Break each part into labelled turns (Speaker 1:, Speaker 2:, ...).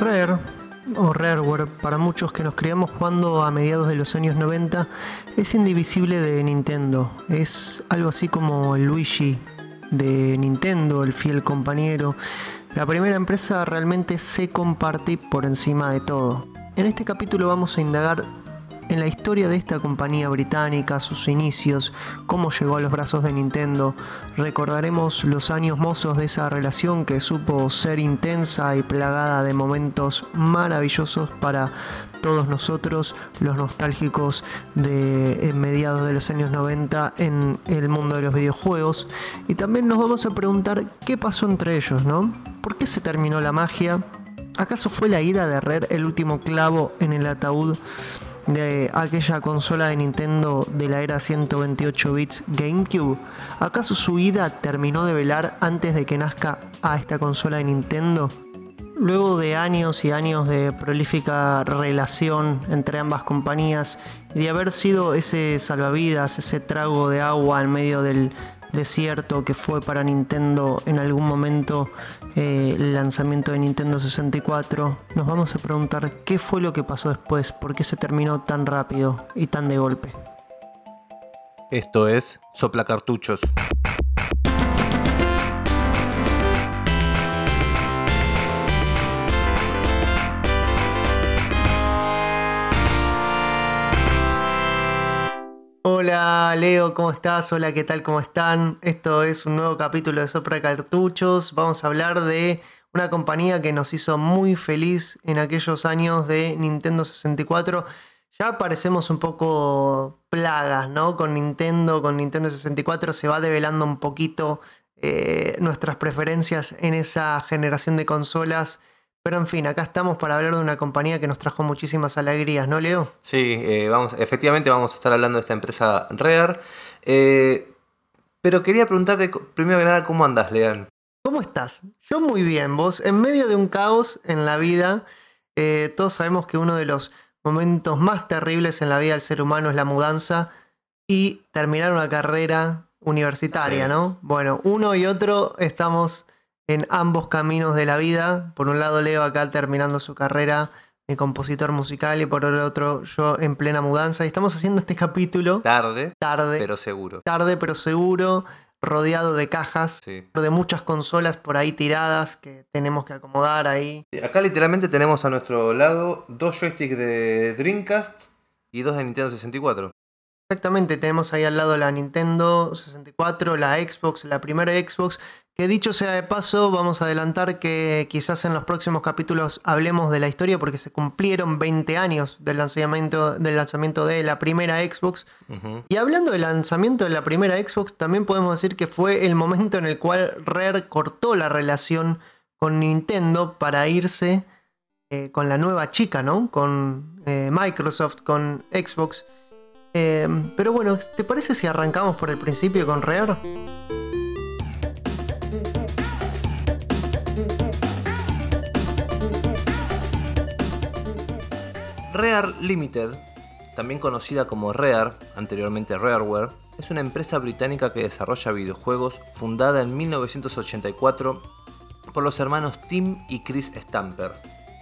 Speaker 1: Rare, o Rareware, para muchos que nos criamos jugando a mediados de los años 90, es indivisible de Nintendo. Es algo así como el Luigi de Nintendo, el fiel compañero. La primera empresa realmente se comparte por encima de todo. En este capítulo vamos a indagar en la historia de esta compañía británica, sus inicios, cómo llegó a los brazos de Nintendo. Recordaremos los años mozos de esa relación que supo ser intensa y plagada de momentos maravillosos para todos nosotros, los nostálgicos de mediados de los años 90 en el mundo de los videojuegos. Y también nos vamos a preguntar qué pasó entre ellos, ¿no? ¿Por qué se terminó la magia? ¿Acaso fue la ira de Rare el último clavo en el ataúd de aquella consola de Nintendo de la era 128 bits GameCube? ¿Acaso su ida terminó de velar antes de que nazca a esta consola de Nintendo? Luego de años y años de prolífica relación entre ambas compañías y de haber sido ese salvavidas, ese trago de agua en medio del desierto que fue para Nintendo en algún momento el lanzamiento de Nintendo 64, nos vamos a preguntar qué fue lo que pasó después, por qué se terminó tan rápido y tan de golpe.
Speaker 2: Esto es Sopla Cartuchos.
Speaker 1: Hola Leo, ¿cómo estás? Hola, ¿qué tal? ¿Cómo están? Esto es un nuevo capítulo de Sopra Cartuchos. Vamos a hablar de una compañía que nos hizo muy feliz en aquellos años de Nintendo 64. Ya parecemos un poco plagas, ¿no? Con Nintendo 64 se va develando un poquito nuestras preferencias en esa generación de consolas. Pero en fin, acá estamos para hablar de una compañía que nos trajo muchísimas alegrías, ¿no, Leo?
Speaker 2: Sí, efectivamente vamos a estar hablando de esta empresa Rare. Pero quería preguntarte, primero que nada, ¿cómo andás, Lean?
Speaker 1: ¿Cómo estás? Yo muy bien, vos. En medio de un caos en la vida, todos sabemos que uno de los momentos más terribles en la vida del ser humano es la mudanza y terminar una carrera universitaria, sí, ¿no? Bueno, uno y otro estamos en ambos caminos de la vida. Por un lado Leo acá terminando su carrera de compositor musical y por el otro yo en plena mudanza. Y estamos haciendo este capítulo
Speaker 2: tarde pero seguro.
Speaker 1: Tarde pero seguro, rodeado de cajas, sí, de muchas consolas por ahí tiradas que tenemos que acomodar ahí.
Speaker 2: Acá literalmente tenemos a nuestro lado 2 joysticks de Dreamcast y 2 de Nintendo 64.
Speaker 1: Exactamente, tenemos ahí al lado la Nintendo 64, la Xbox, la primera Xbox, que dicho sea de paso, vamos a adelantar que quizás en los próximos capítulos hablemos de la historia porque se cumplieron 20 años del lanzamiento de la primera Xbox. Uh-huh. Y hablando del lanzamiento de la primera Xbox, también podemos decir que fue el momento en el cual Rare cortó la relación con Nintendo para irse con la nueva chica, ¿no? Con Microsoft, con Xbox. Pero bueno, ¿te parece si arrancamos por el principio con Rare?
Speaker 2: Rare Limited, también conocida como Rare, anteriormente Rareware, es una empresa británica que desarrolla videojuegos fundada en 1984 por los hermanos Tim y Chris Stamper.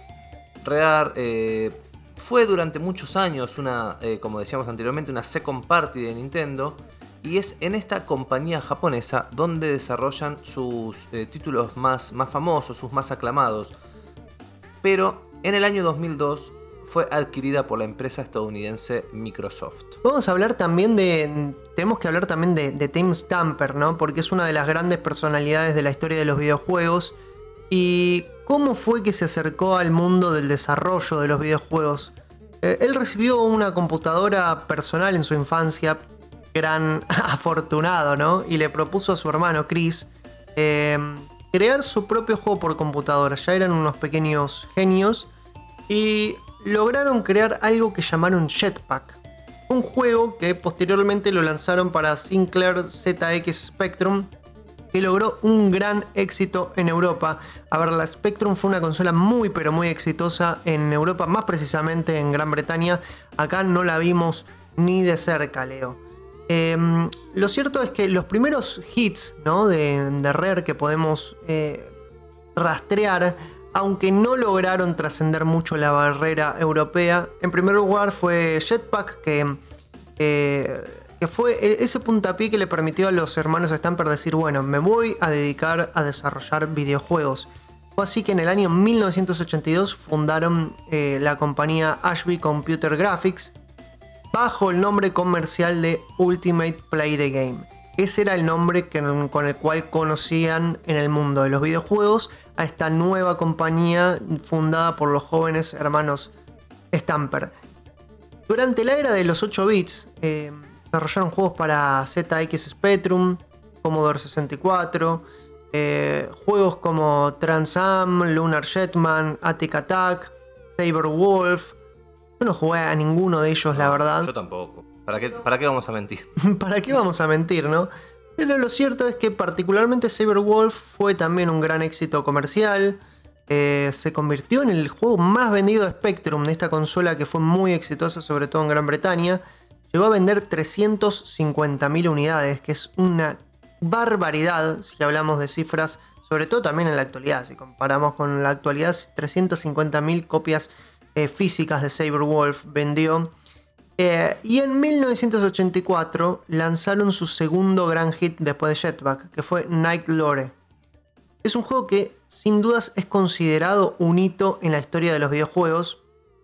Speaker 2: Rare fue durante muchos años como decíamos anteriormente, una second party de Nintendo, y es en esta compañía japonesa donde desarrollan sus títulos más famosos, sus más aclamados. Pero en el año 2002 fue adquirida por la empresa estadounidense Microsoft.
Speaker 1: Tenemos que hablar también de Tim Stamper, ¿no? Porque es una de las grandes personalidades de la historia de los videojuegos. ¿Y cómo fue que se acercó al mundo del desarrollo de los videojuegos? Él recibió una computadora personal en su infancia, gran afortunado, ¿no? Y le propuso a su hermano Chris crear su propio juego por computadora. Ya eran unos pequeños genios y lograron crear algo que llamaron Jetpack. Un juego que posteriormente lo lanzaron para Sinclair ZX Spectrum, que logró un gran éxito en Europa. A ver, la Spectrum fue una consola muy pero muy exitosa en Europa, más precisamente en Gran Bretaña. Acá no la vimos ni de cerca, Leo. Lo cierto es que los primeros hits, ¿no? de Rare que podemos rastrear aunque no lograron trascender mucho la barrera europea. En primer lugar fue Jetpack, que fue ese puntapié que le permitió a los hermanos Stamper decir, bueno, me voy a dedicar a desarrollar videojuegos. Fue así que en el año 1982 fundaron la compañía Ashby Computer Graphics bajo el nombre comercial de Ultimate Play the Game. Ese era el nombre con el cual conocían en el mundo de los videojuegos a esta nueva compañía fundada por los jóvenes hermanos Stamper. Durante la era de los 8 bits, desarrollaron juegos para ZX Spectrum, Commodore 64, juegos como Trans Am, Lunar Jetman, Attic Attack, Saber Wolf. Yo no jugué a ninguno de ellos, la verdad.
Speaker 2: Yo tampoco. ¿Para qué vamos a mentir?
Speaker 1: ¿Para qué vamos a mentir, no? Pero lo cierto es que particularmente Saber Wolf fue también un gran éxito comercial. Se convirtió en el juego más vendido de Spectrum, de esta consola que fue muy exitosa, sobre todo en Gran Bretaña. Llegó a vender 350.000 unidades, que es una barbaridad si hablamos de cifras, sobre todo también en la actualidad. Si comparamos con la actualidad, 350.000 copias físicas de Saber Wolf vendió. Y en 1984 lanzaron su segundo gran hit después de Jetpack, que fue Night Lore. Es un juego que sin dudas es considerado un hito en la historia de los videojuegos.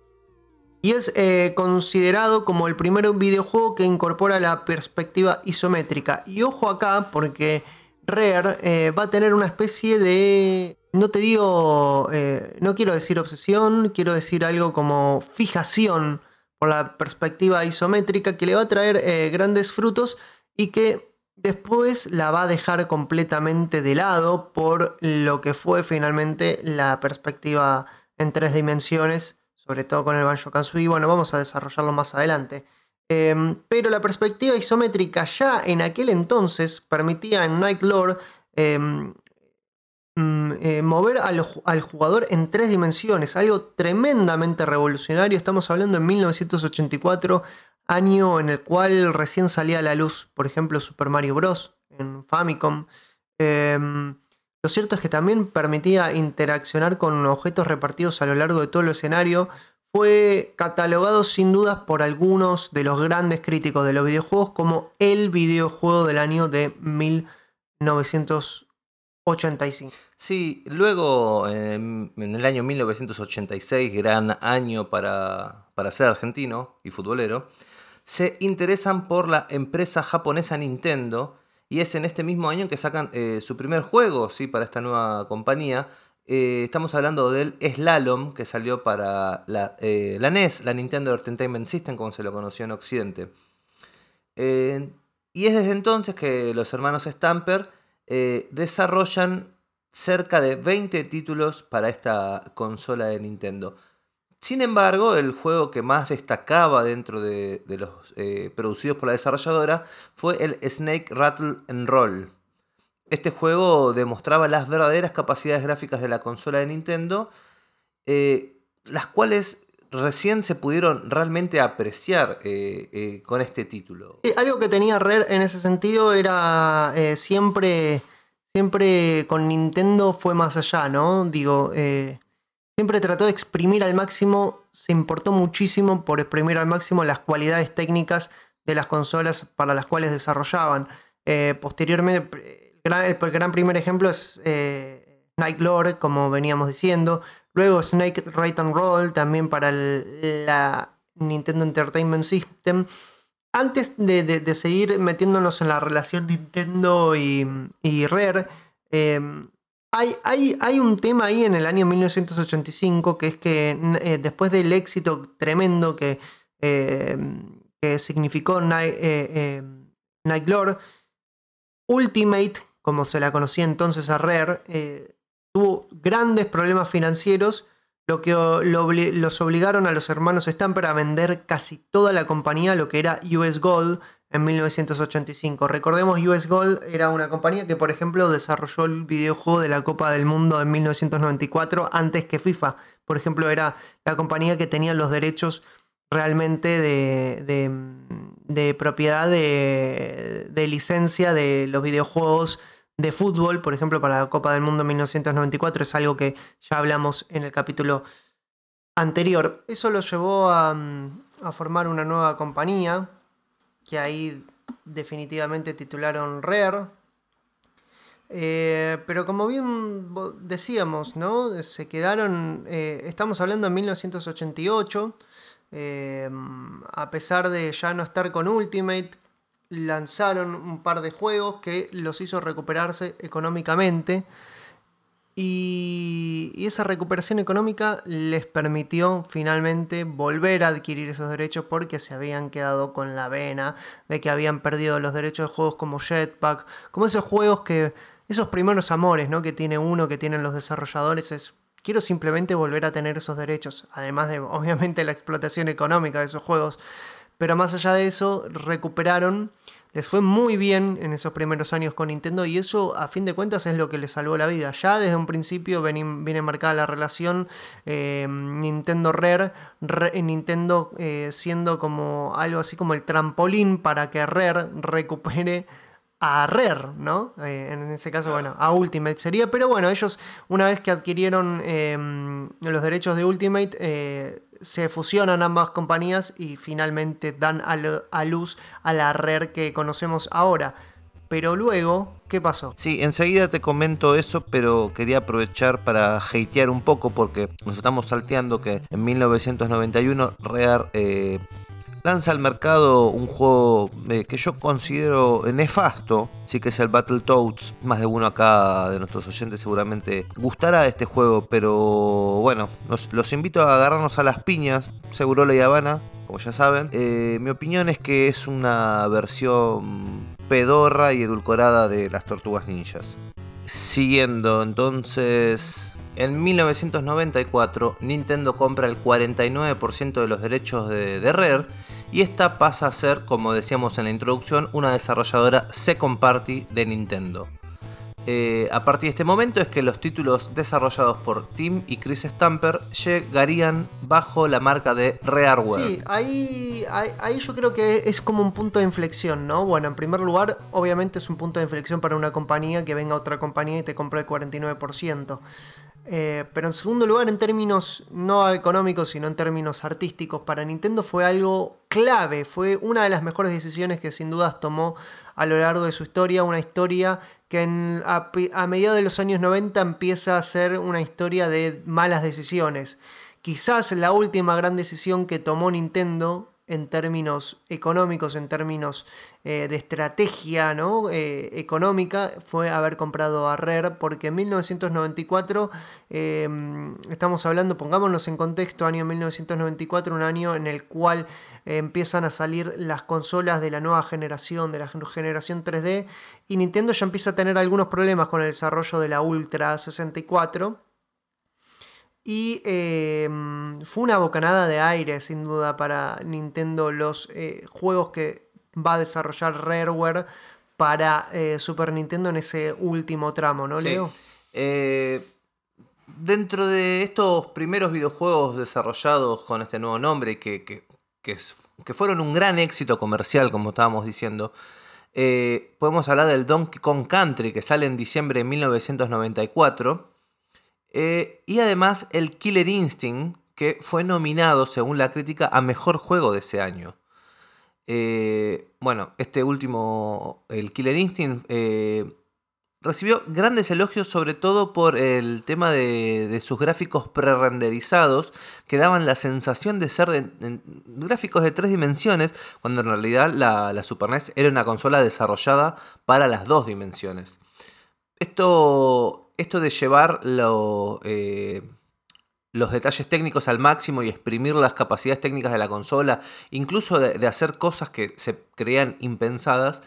Speaker 1: Y es considerado como el primer videojuego que incorpora la perspectiva isométrica. Y ojo acá, porque Rare va a tener una especie de... No te digo... no quiero decir obsesión, quiero decir algo como fijación por la perspectiva isométrica, que le va a traer grandes frutos y que después la va a dejar completamente de lado por lo que fue finalmente la perspectiva en 3 dimensiones, sobre todo con el Banjo-Kazooie. Bueno, vamos a desarrollarlo más adelante. Pero la perspectiva isométrica ya en aquel entonces permitía en Night Lore mover al jugador en 3 dimensiones, algo tremendamente revolucionario. Estamos hablando en 1984, año en el cual recién salía a la luz, por ejemplo, Super Mario Bros. En Famicom. Lo cierto es que también permitía interaccionar con objetos repartidos a lo largo de todo el escenario. Fue catalogado sin dudas por algunos de los grandes críticos de los videojuegos como el videojuego del año de 1985.
Speaker 2: Sí, luego en el año 1986, gran año para ser argentino y futbolero, se interesan por la empresa japonesa Nintendo, y es en este mismo año que sacan su primer juego, ¿sí?, para esta nueva compañía. Estamos hablando del Slalom, que salió para la NES, la Nintendo Entertainment System, como se lo conoció en Occidente. Y es desde entonces que los hermanos Stamper desarrollan cerca de 20 títulos para esta consola de Nintendo. Sin embargo, el juego que más destacaba dentro de los producidos por la desarrolladora fue el Snake Rattle and Roll. Este juego demostraba las verdaderas capacidades gráficas de la consola de Nintendo, las cuales recién se pudieron realmente apreciar con este título.
Speaker 1: Algo que tenía Rare en ese sentido era siempre con Nintendo fue más allá, ¿no? Digo, siempre trató de exprimir al máximo, se importó muchísimo por exprimir al máximo las cualidades técnicas de las consolas para las cuales desarrollaban. Posteriormente, el gran primer ejemplo es Night Lore, como veníamos diciendo. Luego Snake Ride and Roll, también para la Nintendo Entertainment System. Antes de seguir metiéndonos en la relación Nintendo y Rare, hay un tema ahí en el año 1985, que es que después del éxito tremendo que significó Night Lore, Ultimate, como se la conocía entonces a Rare, tuvo grandes problemas financieros, lo que los obligaron a los hermanos Stamper a vender casi toda la compañía, lo que era US Gold, en 1985. Recordemos, US Gold era una compañía que, por ejemplo, desarrolló el videojuego de la Copa del Mundo en 1994 antes que FIFA. Por ejemplo, era la compañía que tenía los derechos realmente de propiedad de licencia de los videojuegos de fútbol, por ejemplo, para la Copa del Mundo 1994, es algo que ya hablamos en el capítulo anterior. Eso lo llevó a formar una nueva compañía, que ahí definitivamente titularon Rare. Pero como bien decíamos, ¿no? Se quedaron, estamos hablando en 1988, a pesar de ya no estar con Ultimate, lanzaron un par de juegos que los hizo recuperarse económicamente. Y esa recuperación económica les permitió finalmente volver a adquirir esos derechos porque se habían quedado con la vena de que habían perdido los derechos de juegos como Jetpack, como esos juegos que, esos primeros amores, ¿no? Que tiene uno, que tienen los desarrolladores, es quiero simplemente volver a tener esos derechos, además de obviamente la explotación económica de esos juegos. Pero más allá de eso, recuperaron. Les fue muy bien en esos primeros años con Nintendo y eso a fin de cuentas es lo que les salvó la vida. Ya desde un principio viene marcada la relación Nintendo Rare, Nintendo siendo como algo así como el trampolín para que Rare recupere a Rare, ¿no? En ese caso, bueno, a Ultimate sería, pero bueno, ellos una vez que adquirieron los derechos de Ultimate, se fusionan ambas compañías y finalmente dan a luz a la Rare que conocemos ahora. Pero luego, ¿qué pasó?
Speaker 2: Sí, enseguida te comento eso, pero quería aprovechar para hatear un poco porque nos estamos salteando que en 1991 Rare lanza al mercado un juego que yo considero nefasto, sí, que es el Battletoads. Más de uno acá de nuestros oyentes seguramente gustará de este juego, pero bueno, los invito a agarrarnos a las piñas, Segurola y Habana, como ya saben. Mi opinión es que es una versión pedorra y edulcorada de las Tortugas Ninjas. Siguiendo, entonces, en 1994 Nintendo compra el 49% de los derechos de Rare y esta pasa a ser, como decíamos en la introducción, una desarrolladora second party de Nintendo. A partir de este momento es que los títulos desarrollados por Tim y Chris Stamper llegarían bajo la marca de Rareware.
Speaker 1: Sí, ahí yo creo que es como un punto de inflexión, ¿no? Bueno, en primer lugar, obviamente es un punto de inflexión para una compañía que venga otra compañía y te compre el 49%. Pero en segundo lugar, en términos no económicos, sino en términos artísticos, para Nintendo fue algo clave, fue una de las mejores decisiones que sin dudas tomó a lo largo de su historia, una historia que a mediados de los años 90 empieza a ser una historia de malas decisiones. Quizás la última gran decisión que tomó Nintendo en términos económicos, en términos de estrategia, ¿no? Económica, fue haber comprado a Rare, porque en 1994, estamos hablando, pongámonos en contexto, año 1994, un año en el cual empiezan a salir las consolas de la nueva generación, de la generación 3D, y Nintendo ya empieza a tener algunos problemas con el desarrollo de la Ultra 64. Y fue una bocanada de aire, sin duda, para Nintendo los juegos que va a desarrollar Rareware para Super Nintendo en ese último tramo, ¿no, Leo?
Speaker 2: Sí. Dentro de estos primeros videojuegos desarrollados con este nuevo nombre y que fueron un gran éxito comercial, como estábamos diciendo, podemos hablar del Donkey Kong Country, que sale en diciembre de 1994. Y además el Killer Instinct, que fue nominado, según la crítica, a mejor juego de ese año. Bueno, este último, el Killer Instinct, recibió grandes elogios, sobre todo por el tema de sus gráficos pre-renderizados, que daban la sensación de ser gráficos de 3 dimensiones, cuando en realidad la Super NES era una consola desarrollada para las 2 dimensiones. Esto de llevar los detalles técnicos al máximo y exprimir las capacidades técnicas de la consola, incluso de hacer cosas que se creían impensadas,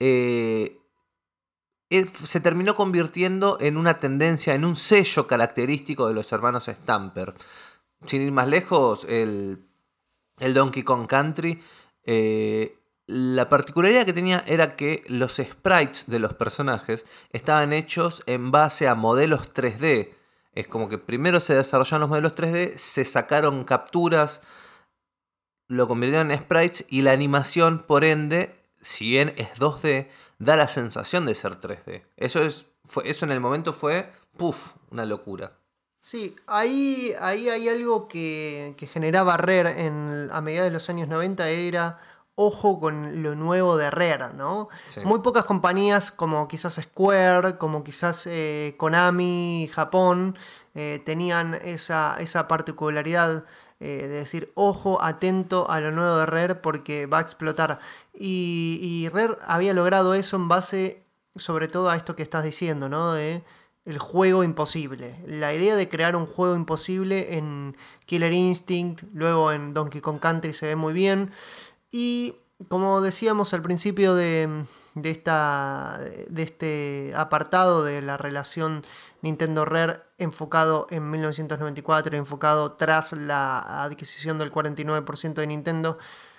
Speaker 2: se terminó convirtiendo en una tendencia, en un sello característico de los hermanos Stamper. Sin ir más lejos, el Donkey Kong Country, la particularidad que tenía era que los sprites de los personajes estaban hechos en base a modelos 3D. Es como que primero se desarrollaron los modelos 3D, se sacaron capturas, lo convirtieron en sprites y la animación, por ende, si bien es 2D, da la sensación de ser 3D. Eso en el momento fue, una locura.
Speaker 1: Sí, ahí hay algo que generaba Rare a mediados de los años 90, era ojo con lo nuevo de Rare, ¿no?
Speaker 2: Sí.
Speaker 1: Muy pocas compañías, como quizás Square, como quizás Konami, Japón, tenían esa particularidad de decir, ojo, atento a lo nuevo de Rare porque va a explotar. Y Rare había logrado eso en base, sobre todo, a esto que estás diciendo, ¿no? De el juego imposible. La idea de crear un juego imposible en Killer Instinct, luego en Donkey Kong Country se ve muy bien. Y como decíamos al principio de este apartado de la relación Nintendo Rare, enfocado en 1994, enfocado tras la adquisición del 49% de Nintendo,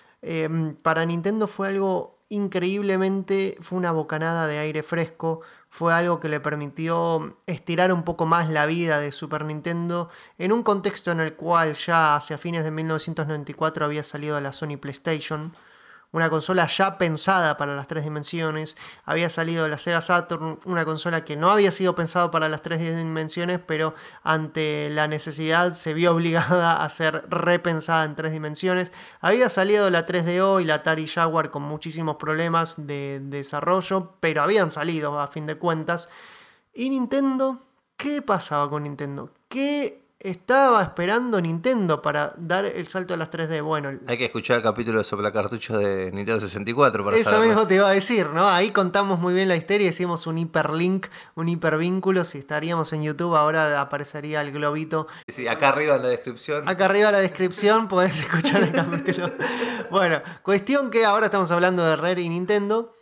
Speaker 1: para Nintendo fue algo increíblemente, fue una bocanada de aire fresco, fue algo que le permitió estirar un poco más la vida de Super Nintendo en un contexto en el cual ya hacia fines de 1994 había salido la Sony PlayStation, una consola ya pensada para las 3 dimensiones. Había salido la Sega Saturn, una consola que no había sido pensada para las 3 dimensiones, pero ante la necesidad se vio obligada a ser repensada en 3 dimensiones. Había salido la 3DO y la Atari Jaguar con muchísimos problemas de desarrollo, pero habían salido a fin de cuentas. Y Nintendo, ¿qué pasaba con Nintendo? ¿Qué estaba esperando Nintendo para dar el salto a las 3D? Bueno,
Speaker 2: hay que escuchar el capítulo de soplacartuchos de Nintendo 64 para
Speaker 1: eso
Speaker 2: saberlo.
Speaker 1: mismo te iba a decir, ¿no? Ahí contamos muy bien la historia, hicimos un hiperlink, un hipervínculo. Si estaríamos en YouTube, ahora aparecería el globito.
Speaker 2: Sí, acá arriba en la descripción.
Speaker 1: Acá arriba en la descripción podés escuchar el capítulo. Bueno, cuestión que ahora estamos hablando de Rare y Nintendo.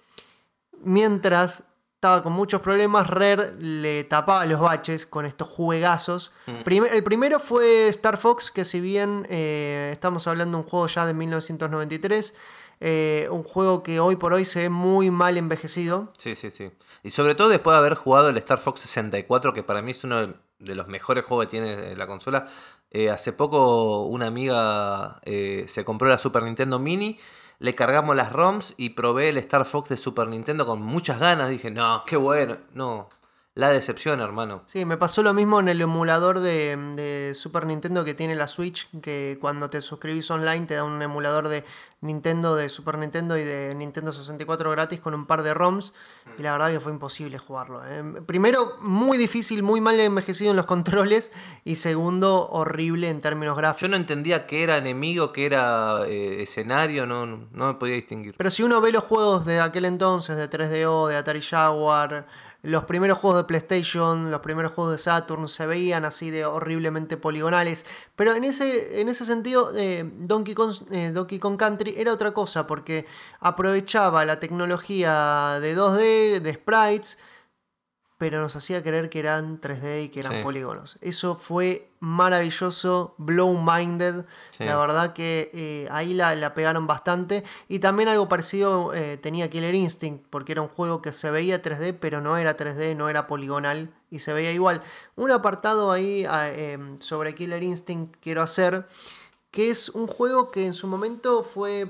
Speaker 1: Mientras estaba con muchos problemas, Rare le tapaba los baches con estos juegazos. El primero fue Star Fox, que si bien estamos hablando de un juego ya de 1993, un juego que hoy por hoy se ve muy mal envejecido.
Speaker 2: Sí. Y sobre todo después de haber jugado el Star Fox 64, que para mí es uno de los mejores juegos que tiene la consola. Hace poco una amiga se compró la Super Nintendo Mini. Le cargamos las ROMs y probé el Star Fox de Super Nintendo con muchas ganas. Dije, no, qué bueno. No, la decepción, hermano.
Speaker 1: Sí, me pasó lo mismo en el emulador de Super Nintendo que tiene la Switch, que cuando te suscribís online te da un emulador de Nintendo, de Super Nintendo y de Nintendo 64 gratis con un par de ROMs. Y la verdad que fue imposible jugarlo. Primero, muy difícil, muy mal envejecido en los controles. Y segundo, horrible en términos gráficos.
Speaker 2: Yo no entendía qué era enemigo, qué era escenario, no me podía distinguir.
Speaker 1: Pero si uno ve los juegos de aquel entonces, de 3DO, de Atari Jaguar, los primeros juegos de PlayStation, los primeros juegos de Saturn, se veían así de horriblemente poligonales. Pero en ese sentido, Donkey Kong Country era otra cosa, porque aprovechaba la tecnología de 2D, de sprites, pero nos hacía creer que eran 3D y que eran polígonos. Eso fue maravilloso, blow-minded. Sí. La verdad que ahí la pegaron bastante. Y también algo parecido tenía Killer Instinct, porque era un juego que se veía 3D, pero no era 3D, no era poligonal y se veía igual. Un apartado ahí sobre Killer Instinct quiero hacer, que es un juego que en su momento fue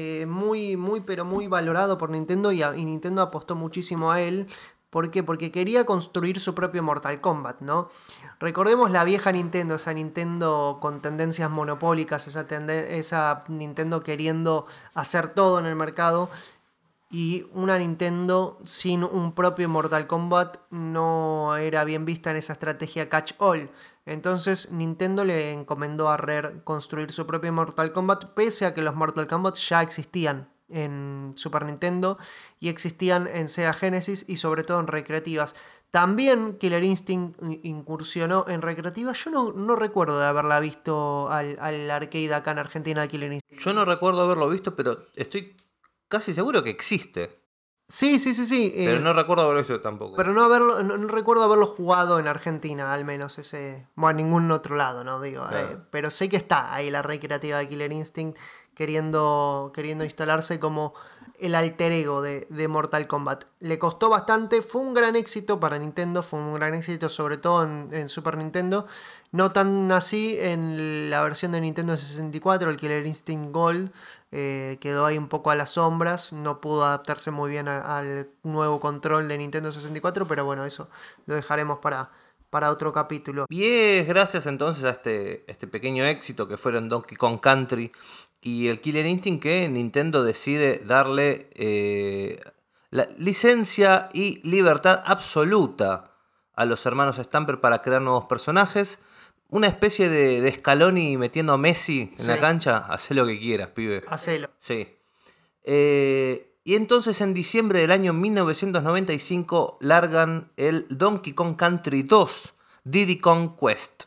Speaker 1: pero muy valorado por Nintendo y Nintendo apostó muchísimo a él. ¿Por qué? Porque quería construir su propio Mortal Kombat, ¿no? Recordemos la vieja Nintendo, esa Nintendo con tendencias monopólicas, esa Nintendo queriendo hacer todo en el mercado. Y una Nintendo sin un propio Mortal Kombat no era bien vista en esa estrategia catch-all. Entonces Nintendo le encomendó a Rare construir su propio Mortal Kombat, pese a que los Mortal Kombat ya existían en Super Nintendo y existían en Sega Genesis y sobre todo en recreativas. También Killer Instinct incursionó en recreativas. Yo no recuerdo de haberla visto al arcade acá en Argentina de Killer Instinct.
Speaker 2: Yo no recuerdo haberlo visto, pero estoy casi seguro que existe.
Speaker 1: Sí.
Speaker 2: Pero no recuerdo haberlo visto tampoco.
Speaker 1: Pero no recuerdo haberlo jugado en Argentina, al menos en ningún otro lado, ¿no? Digo, claro. Pero sé que está ahí la recreativa de Killer Instinct queriendo instalarse como el alter ego de Mortal Kombat. Le costó bastante, fue un gran éxito para Nintendo, fue un gran éxito sobre todo en Super Nintendo, no tan así en la versión de Nintendo 64, el Killer Instinct Gold, quedó ahí un poco a las sombras, no pudo adaptarse muy bien al nuevo control de Nintendo 64, pero bueno, eso lo dejaremos para otro capítulo.
Speaker 2: Y es gracias entonces a este pequeño éxito que fueron Donkey Kong Country y el Killer Instinct que Nintendo decide darle la licencia y libertad absoluta a los hermanos Stamper para crear nuevos personajes. Una especie de Scaloni metiendo a Messi en la cancha. Hacé lo que quieras, pibe.
Speaker 1: Hacelo.
Speaker 2: Sí. Y entonces en diciembre del año 1995 largan el Donkey Kong Country 2, Diddy Kong Quest.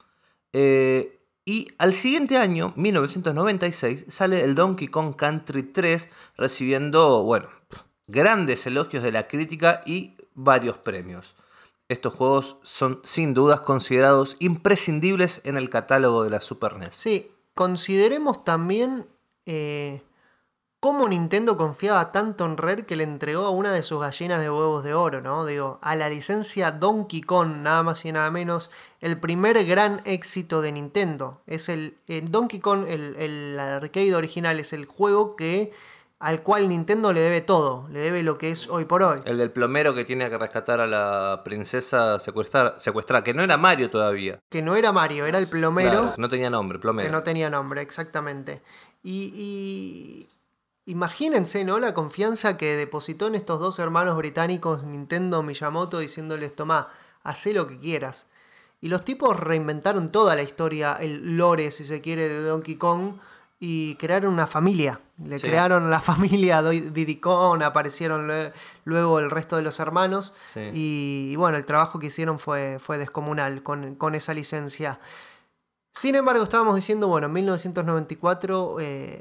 Speaker 2: Y al siguiente año, 1996, sale el Donkey Kong Country 3, recibiendo, grandes elogios de la crítica y varios premios. Estos juegos son sin dudas considerados imprescindibles en el catálogo de la Super NES.
Speaker 1: Sí, consideremos también cómo Nintendo confiaba tanto en Rare que le entregó a una de sus gallinas de huevos de oro, ¿no? Digo, a la licencia Donkey Kong, nada más y nada menos, el primer gran éxito de Nintendo. Es el Donkey Kong, el arcade original, es el juego al cual Nintendo le debe todo, le debe lo que es hoy por hoy.
Speaker 2: El del plomero que tiene que rescatar a la princesa secuestrada, que no era Mario todavía.
Speaker 1: Que no era Mario, era el plomero.
Speaker 2: Claro, no tenía nombre, plomero.
Speaker 1: Que no tenía nombre, exactamente. Y imagínense, ¿no? La confianza que depositó en estos dos hermanos británicos, Nintendo, Miyamoto, diciéndoles, tomá, hacé lo que quieras. Y los tipos reinventaron toda la historia, el lore, si se quiere, de Donkey Kong, y crearon una familia. Le crearon la familia Diddy Kong, aparecieron luego el resto de los hermanos.
Speaker 2: Sí.
Speaker 1: Y bueno, el trabajo que hicieron fue descomunal con esa licencia. Sin embargo, estábamos diciendo, bueno, en 1994,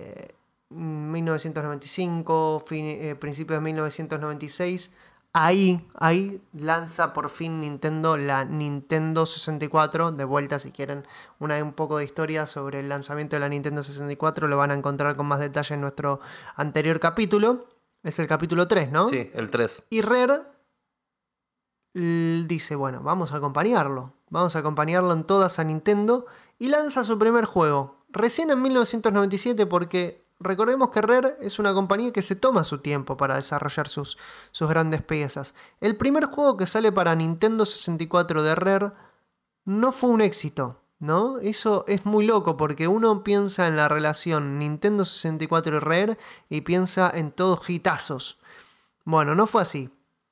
Speaker 1: 1995, principios de 1996, ahí lanza por fin Nintendo la Nintendo 64. De vuelta, si quieren un poco de historia sobre el lanzamiento de la Nintendo 64, lo van a encontrar con más detalle en nuestro anterior capítulo. Es el capítulo 3, ¿no?
Speaker 2: Sí, el 3.
Speaker 1: Y Rare dice, bueno, vamos a acompañarlo en todas a Nintendo, y lanza su primer juego, recién en 1997, porque recordemos que Rare es una compañía que se toma su tiempo para desarrollar sus grandes piezas. El primer juego que sale para Nintendo 64 de Rare no fue un éxito, ¿no? Eso es muy loco, porque uno piensa en la relación Nintendo 64 y Rare y piensa en todos hitazos. Bueno, no fue así.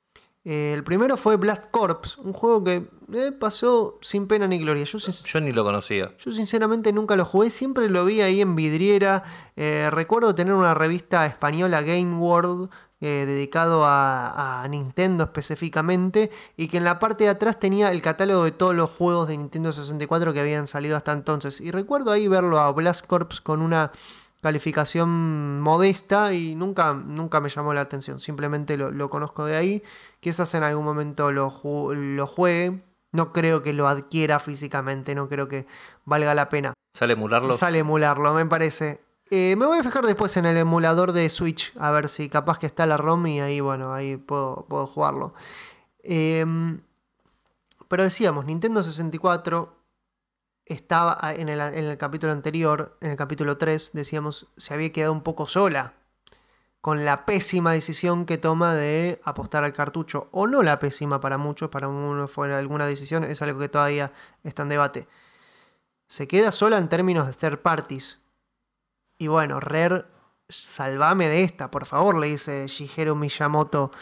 Speaker 1: El primero fue Blast Corps, un juego que pasó sin pena ni gloria.
Speaker 2: Yo ni lo conocía.
Speaker 1: Yo sinceramente nunca lo jugué, siempre lo vi ahí en vidriera. Recuerdo tener una revista española, Game World, dedicado a Nintendo específicamente, y que en la parte de atrás tenía el catálogo de todos los juegos de Nintendo 64 que habían salido hasta entonces. Y recuerdo ahí verlo a Blast Corps con una calificación modesta y nunca me llamó la atención. Simplemente lo conozco de ahí. Quizás en algún momento lo juegue. No creo que lo adquiera físicamente, no creo que valga la pena.
Speaker 2: ¿Sale emularlo?
Speaker 1: Sale emularlo, me parece. Me voy a fijar después en el emulador de Switch, a ver si capaz que está la ROM y ahí, bueno, ahí puedo jugarlo. Pero decíamos, Nintendo 64 estaba en el capítulo anterior, en el capítulo 3, decíamos, se había quedado un poco sola con la pésima decisión que toma de apostar al cartucho. O no la pésima para muchos, para uno fue alguna decisión, es algo que todavía está en debate. Se queda sola en términos de third parties. Y bueno, Rare, salvame de esta, por favor, le dice Shigeru Miyamoto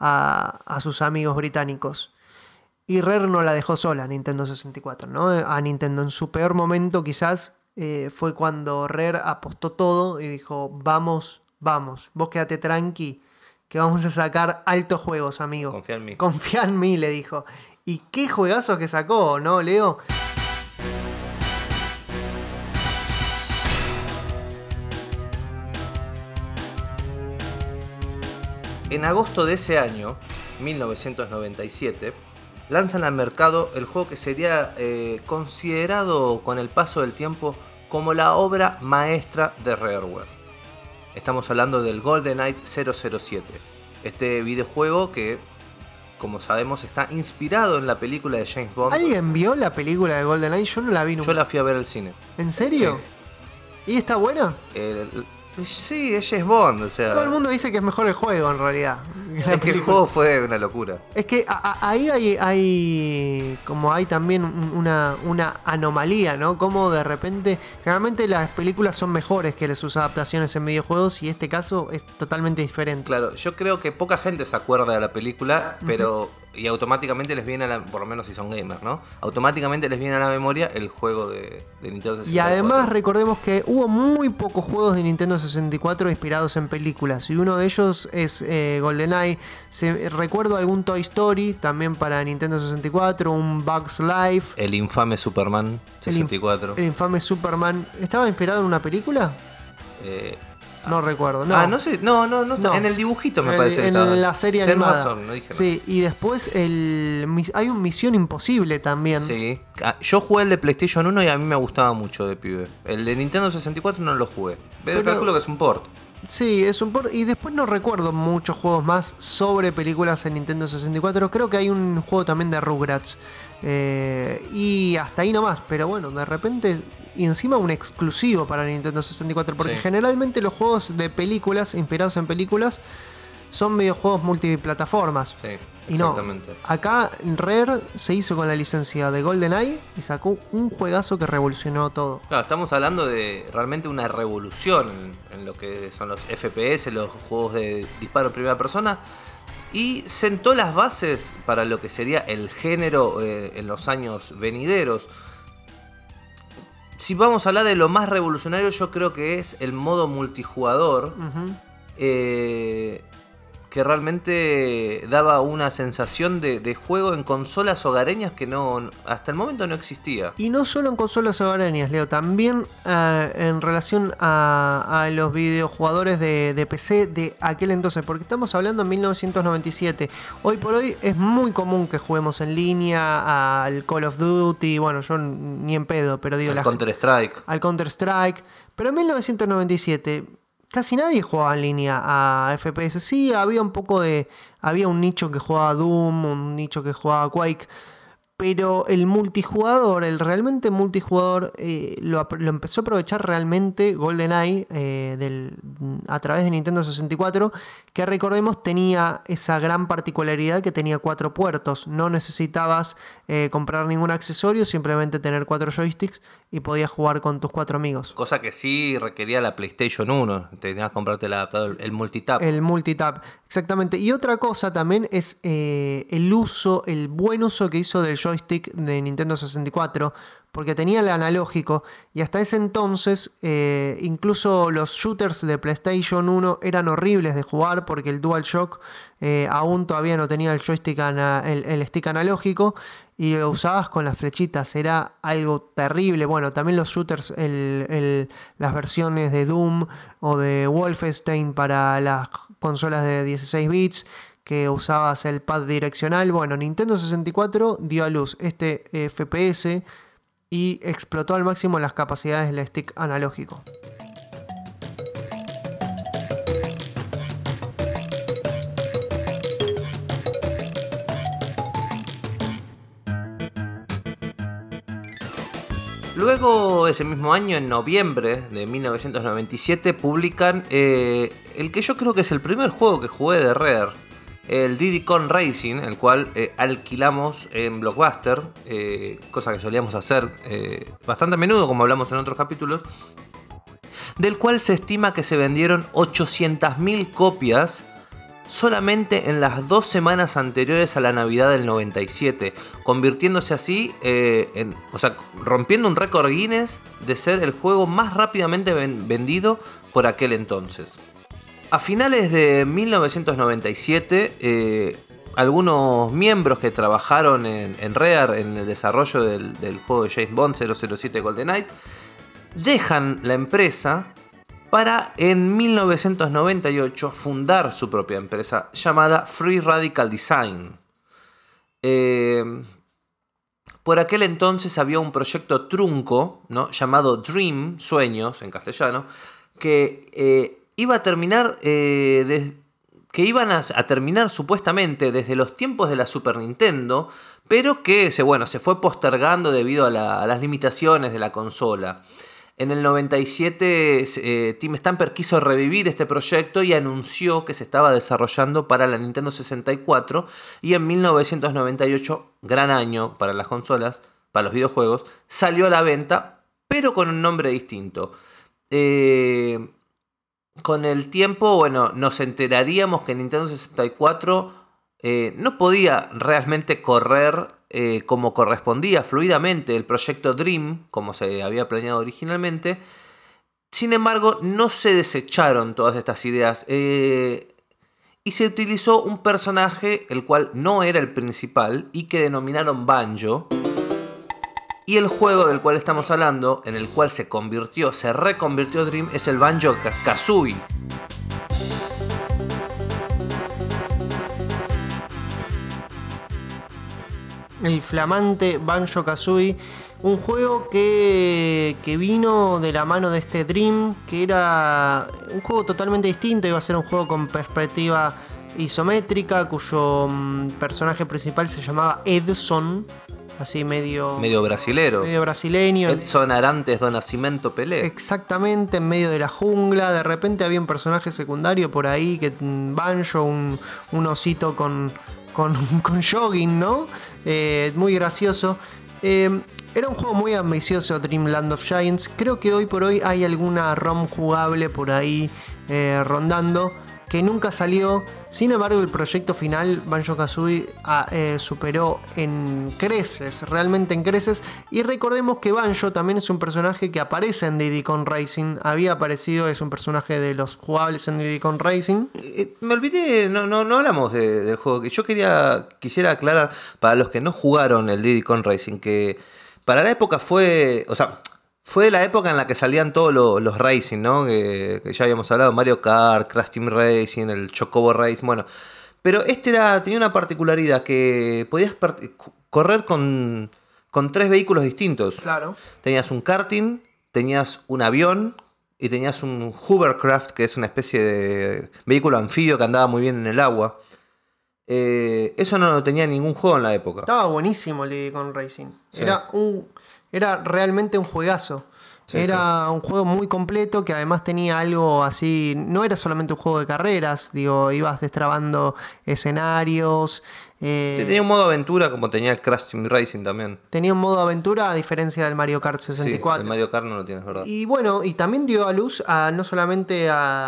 Speaker 1: a sus amigos británicos. Y Rare no la dejó sola, Nintendo 64, ¿no? A Nintendo en su peor momento quizás fue cuando Rare apostó todo y dijo, vamos, vos quédate tranqui, que vamos a sacar altos juegos, amigo.
Speaker 2: Confía en mí.
Speaker 1: Confía en mí, le dijo. Y qué juegazos que sacó, ¿no, Leo?
Speaker 2: En agosto de ese año, 1997, lanzan al mercado el juego que sería considerado con el paso del tiempo como la obra maestra de Rareware. Estamos hablando del GoldenEye 007. Este videojuego que, como sabemos, está inspirado en la película de James Bond.
Speaker 1: ¿Alguien vio la película de GoldenEye? Yo no la vi nunca.
Speaker 2: Yo la fui a ver al cine.
Speaker 1: ¿En serio?
Speaker 2: Sí.
Speaker 1: ¿Y está buena?
Speaker 2: Sí, es James Bond, o sea.
Speaker 1: Todo el mundo dice que es mejor el juego en realidad.
Speaker 2: Es que el juego fue una locura.
Speaker 1: Es que ahí hay como hay también una anomalía, ¿no? Como de repente, generalmente las películas son mejores que sus adaptaciones en videojuegos y este caso es totalmente diferente.
Speaker 2: Claro, yo creo que poca gente se acuerda de la película, pero y automáticamente les viene a la, por lo menos si son gamers, ¿no? Automáticamente les viene a la memoria el juego de Nintendo 64.
Speaker 1: Y además recordemos que hubo muy pocos juegos de Nintendo 64 inspirados en películas y uno de ellos es GoldenEye. Recuerdo algún Toy Story también para Nintendo 64, un Bugs Life.
Speaker 2: El infame Superman 64.
Speaker 1: El infame Superman. ¿Estaba inspirado en una película? No recuerdo. No.
Speaker 2: No sé. No. En el dibujito me parece que
Speaker 1: en
Speaker 2: estaba.
Speaker 1: la serie animada.
Speaker 2: Razón, no dije
Speaker 1: sí, y después hay un Misión Imposible también.
Speaker 2: Sí. Yo jugué el de PlayStation 1 y a mí me gustaba mucho de pibe. El de Nintendo 64 no lo jugué. Pero calculo que es un port.
Speaker 1: Sí, es un port. Y después no recuerdo muchos juegos más sobre películas en Nintendo 64. Creo que hay un juego también de Rugrats. Y hasta ahí nomás. Pero bueno, de repente... Y encima un exclusivo para Nintendo 64. Porque generalmente los juegos de películas, inspirados en películas, son videojuegos multiplataformas.
Speaker 2: Sí,
Speaker 1: y
Speaker 2: exactamente.
Speaker 1: No, acá Rare se hizo con la licencia de GoldenEye y sacó un juegazo que revolucionó todo.
Speaker 2: Claro, estamos hablando de realmente una revolución en lo que son los FPS, los juegos de disparo en primera persona. Y sentó las bases para lo que sería el género en los años venideros. Si vamos a hablar de lo más revolucionario, yo creo que es el modo multijugador. Que realmente daba una sensación de juego en consolas hogareñas que no hasta el momento no existía.
Speaker 1: Y no solo en consolas hogareñas, Leo, también en relación a los videojugadores de PC de aquel entonces, porque estamos hablando en 1997. Hoy por hoy es muy común que juguemos en línea al Call of Duty, bueno, yo ni en pedo, pero digo...
Speaker 2: Al Counter-Strike.
Speaker 1: Al Counter-Strike. Pero en 1997... casi nadie jugaba en línea a FPS. Sí, había había un nicho que jugaba Doom, un nicho que jugaba Quake. Pero el multijugador, el realmente multijugador, lo empezó a aprovechar realmente GoldenEye a través de Nintendo 64, que recordemos tenía esa gran particularidad que tenía 4 puertos. No necesitabas comprar ningún accesorio, simplemente tener 4 joysticks y podías jugar con tus 4 amigos.
Speaker 2: Cosa que sí requería la PlayStation 1. Tenías que comprarte el adaptador, el multitap.
Speaker 1: El multitap, exactamente. Y otra cosa también es el buen uso que hizo del joystick de Nintendo 64, porque tenía el analógico y hasta ese entonces incluso los shooters de PlayStation 1 eran horribles de jugar porque el DualShock aún todavía no tenía el joystick, el stick analógico y lo usabas con las flechitas, era algo terrible. Bueno, también los shooters, las versiones de Doom o de Wolfenstein para las consolas de 16 bits, que usabas el pad direccional. Bueno, Nintendo 64 dio a luz este FPS y explotó al máximo las capacidades del stick analógico.
Speaker 2: Luego, ese mismo año, en noviembre de 1997, publican el que yo creo que es el primer juego que jugué de Rare, el Diddy Kong Racing, el cual alquilamos en Blockbuster, cosa que solíamos hacer bastante a menudo, como hablamos en otros capítulos, del cual se estima que se vendieron 800.000 copias solamente en las 2 semanas anteriores a la Navidad del 97, convirtiéndose así rompiendo un récord Guinness de ser el juego más rápidamente vendido por aquel entonces. A finales de 1997, algunos miembros que trabajaron en Rare en el desarrollo del juego de James Bond 007 GoldenEye dejan la empresa para en 1998 fundar su propia empresa llamada Free Radical Design. Por aquel entonces había un proyecto trunco, ¿no?, llamado Dream, Sueños en castellano, que iba a terminar que iban a terminar supuestamente desde los tiempos de la Super Nintendo, pero que se fue postergando debido a las limitaciones de la consola. En el 97 Tim Stamper quiso revivir este proyecto y anunció que se estaba desarrollando para la Nintendo 64 y en 1998, gran año para las consolas, para los videojuegos, salió a la venta, pero con un nombre distinto. Con el tiempo, bueno, nos enteraríamos que Nintendo 64 no podía realmente correr como correspondía fluidamente el proyecto Dream, como se había planeado originalmente. Sin embargo, no se desecharon todas estas ideas y se utilizó un personaje el cual no era el principal y que denominaron Banjo. Y el juego del cual estamos hablando, en el cual se reconvirtió Dream, es el Banjo-Kazooie.
Speaker 1: El flamante Banjo-Kazooie, un juego que vino de la mano de este Dream, que era un juego totalmente distinto, iba a ser un juego con perspectiva isométrica, cuyo personaje principal se llamaba Edson, así medio
Speaker 2: brasilero.
Speaker 1: Medio brasileño.
Speaker 2: Edson Arantes do Nascimento Pelé.
Speaker 1: Exactamente, en medio de la jungla. De repente había un personaje secundario por ahí, que Banjo, un osito con jogging, ¿no? Muy gracioso. Era un juego muy ambicioso, Dreamland of Giants. Creo que hoy por hoy hay alguna ROM jugable por ahí rondando, que nunca salió. Sin embargo, el proyecto final, Banjo-Kazooie, superó realmente en creces. Y recordemos que Banjo también es un personaje que aparece en Diddy Kong Racing. Había aparecido, es un personaje de los jugables en Diddy Kong Racing.
Speaker 2: Me olvidé, no hablamos del juego. Yo quisiera aclarar para los que no jugaron el Diddy Kong Racing que para la época fue de la época en la que salían todos los racing, ¿no? Que ya habíamos hablado, Mario Kart, Crash Team Racing, el Chocobo Racing, bueno. Pero tenía una particularidad que podías correr con 3 vehículos distintos.
Speaker 1: Claro.
Speaker 2: Tenías un karting, tenías un avión y tenías un hovercraft, que es una especie de vehículo anfibio que andaba muy bien en el agua. Eso no lo tenía ningún juego en la época.
Speaker 1: Estaba buenísimo el Diddy Kong Racing. Sí. Era realmente un juegazo. Era un juego muy completo que además tenía algo así. No era solamente un juego de carreras, ibas destrabando escenarios.
Speaker 2: Tenía un modo aventura como tenía el Crash Team Racing también.
Speaker 1: Tenía un modo aventura a diferencia del Mario Kart 64.
Speaker 2: Sí, el Mario Kart no lo tienes, ¿verdad?
Speaker 1: Y bueno, y también dio a luz no solamente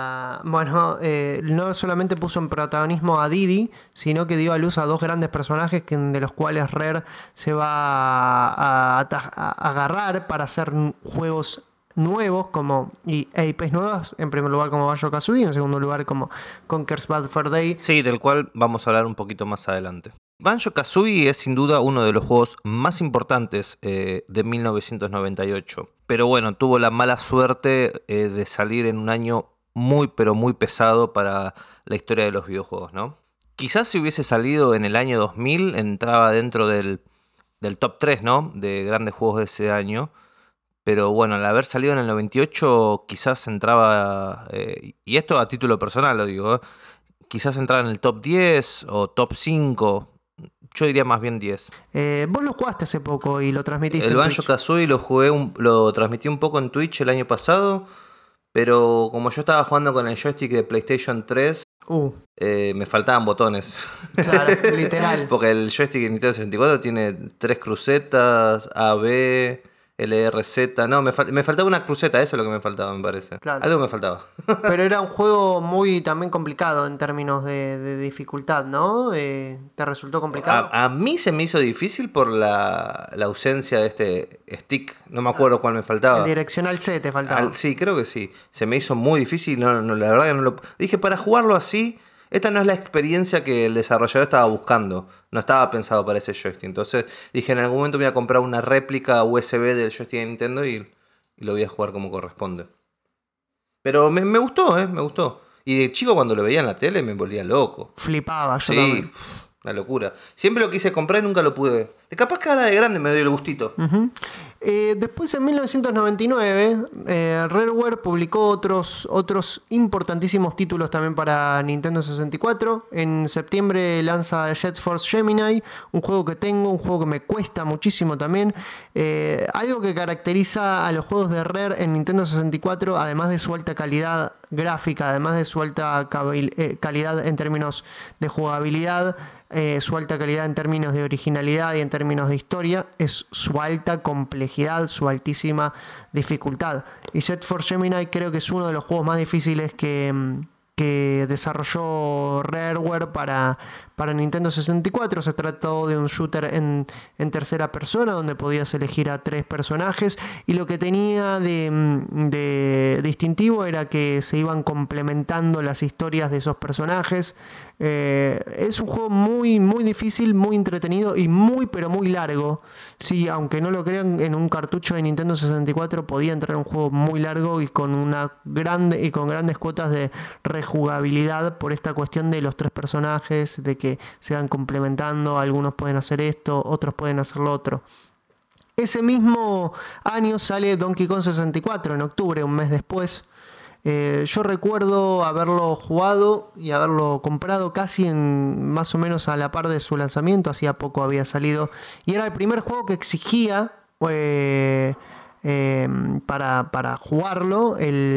Speaker 1: puso en protagonismo a Diddy, sino que dio a luz a 2 grandes personajes de los cuales Rare se va a agarrar para hacer juegos nuevos y IPs nuevas, en primer lugar como Banjo-Kazooie, en segundo lugar como Conker's Bad Fur Day.
Speaker 2: Sí, del cual vamos a hablar un poquito más adelante. Banjo-Kazooie es sin duda uno de los juegos más importantes de 1998, pero bueno, tuvo la mala suerte de salir en un año muy pero muy pesado para la historia de los videojuegos, ¿no? Quizás si hubiese salido en el año 2000 entraba dentro del top 3, ¿no? De grandes juegos de ese año. Pero bueno, al haber salido en el 98 quizás entraba, y esto a título personal lo digo, quizás entraba en el top 10 o top 5, yo diría más bien 10.
Speaker 1: Vos lo jugaste hace poco y lo transmitiste
Speaker 2: el Banjo-Kazooie lo transmití un poco en Twitch el año pasado, pero como yo estaba jugando con el joystick de PlayStation 3, me faltaban botones.
Speaker 1: Claro, literal.
Speaker 2: Porque el joystick de Nintendo 64 tiene 3 crucetas, A, B... LRZ, no, me faltaba una cruceta, eso es lo que me faltaba, me parece.
Speaker 1: Claro.
Speaker 2: Algo me faltaba.
Speaker 1: Pero era un juego muy también complicado en términos de dificultad, ¿no? ¿Te resultó complicado?
Speaker 2: A mí se me hizo difícil por la ausencia de este stick, no me acuerdo cuál me faltaba.
Speaker 1: El direccional C te faltaba.
Speaker 2: Sí, creo que sí. Se me hizo muy difícil, la verdad que no lo... Dije, para jugarlo así, esta no es la experiencia que el desarrollador estaba buscando. No estaba pensado para ese joystick. Entonces dije, en algún momento me voy a comprar una réplica USB del joystick de Nintendo y lo voy a jugar como corresponde. Pero me gustó, me gustó. Y de chico cuando lo veía en la tele me volvía loco.
Speaker 1: Flipaba, yo
Speaker 2: sí,
Speaker 1: también.
Speaker 2: Una locura. Siempre lo quise comprar y nunca lo pude. De capaz que ahora de grande me doy el gustito.
Speaker 1: Uh-huh. Después, en 1999, Rareware publicó otros importantísimos títulos también para Nintendo 64. En septiembre lanza Jet Force Gemini, un juego que tengo, un juego que me cuesta muchísimo también. Algo que caracteriza a los juegos de Rare en Nintendo 64, además de su alta calidad gráfica, además de su alta calidad en términos de jugabilidad, su alta calidad en términos de originalidad y en términos de historia, es su alta complejidad, su altísima dificultad. Y Jet Force Gemini creo que es uno de los juegos más difíciles que desarrolló Rareware para Nintendo 64. Se trató de un shooter en tercera persona donde podías elegir a 3 personajes, y lo que tenía de distintivo era que se iban complementando las historias de esos personajes. Es un juego muy, muy difícil, muy entretenido y pero muy largo. Sí, aunque no lo crean, en un cartucho de Nintendo 64 podía entrar un juego muy largo y con grandes cuotas de rejugabilidad, por esta cuestión de los 3 personajes, de que se van complementando. Algunos pueden hacer esto, otros pueden hacer lo otro. Ese mismo año sale Donkey Kong 64, en octubre, un mes después. Yo recuerdo haberlo jugado y haberlo comprado casi más o menos a la par de su lanzamiento. Hacía poco había salido y era el primer juego que exigía para jugarlo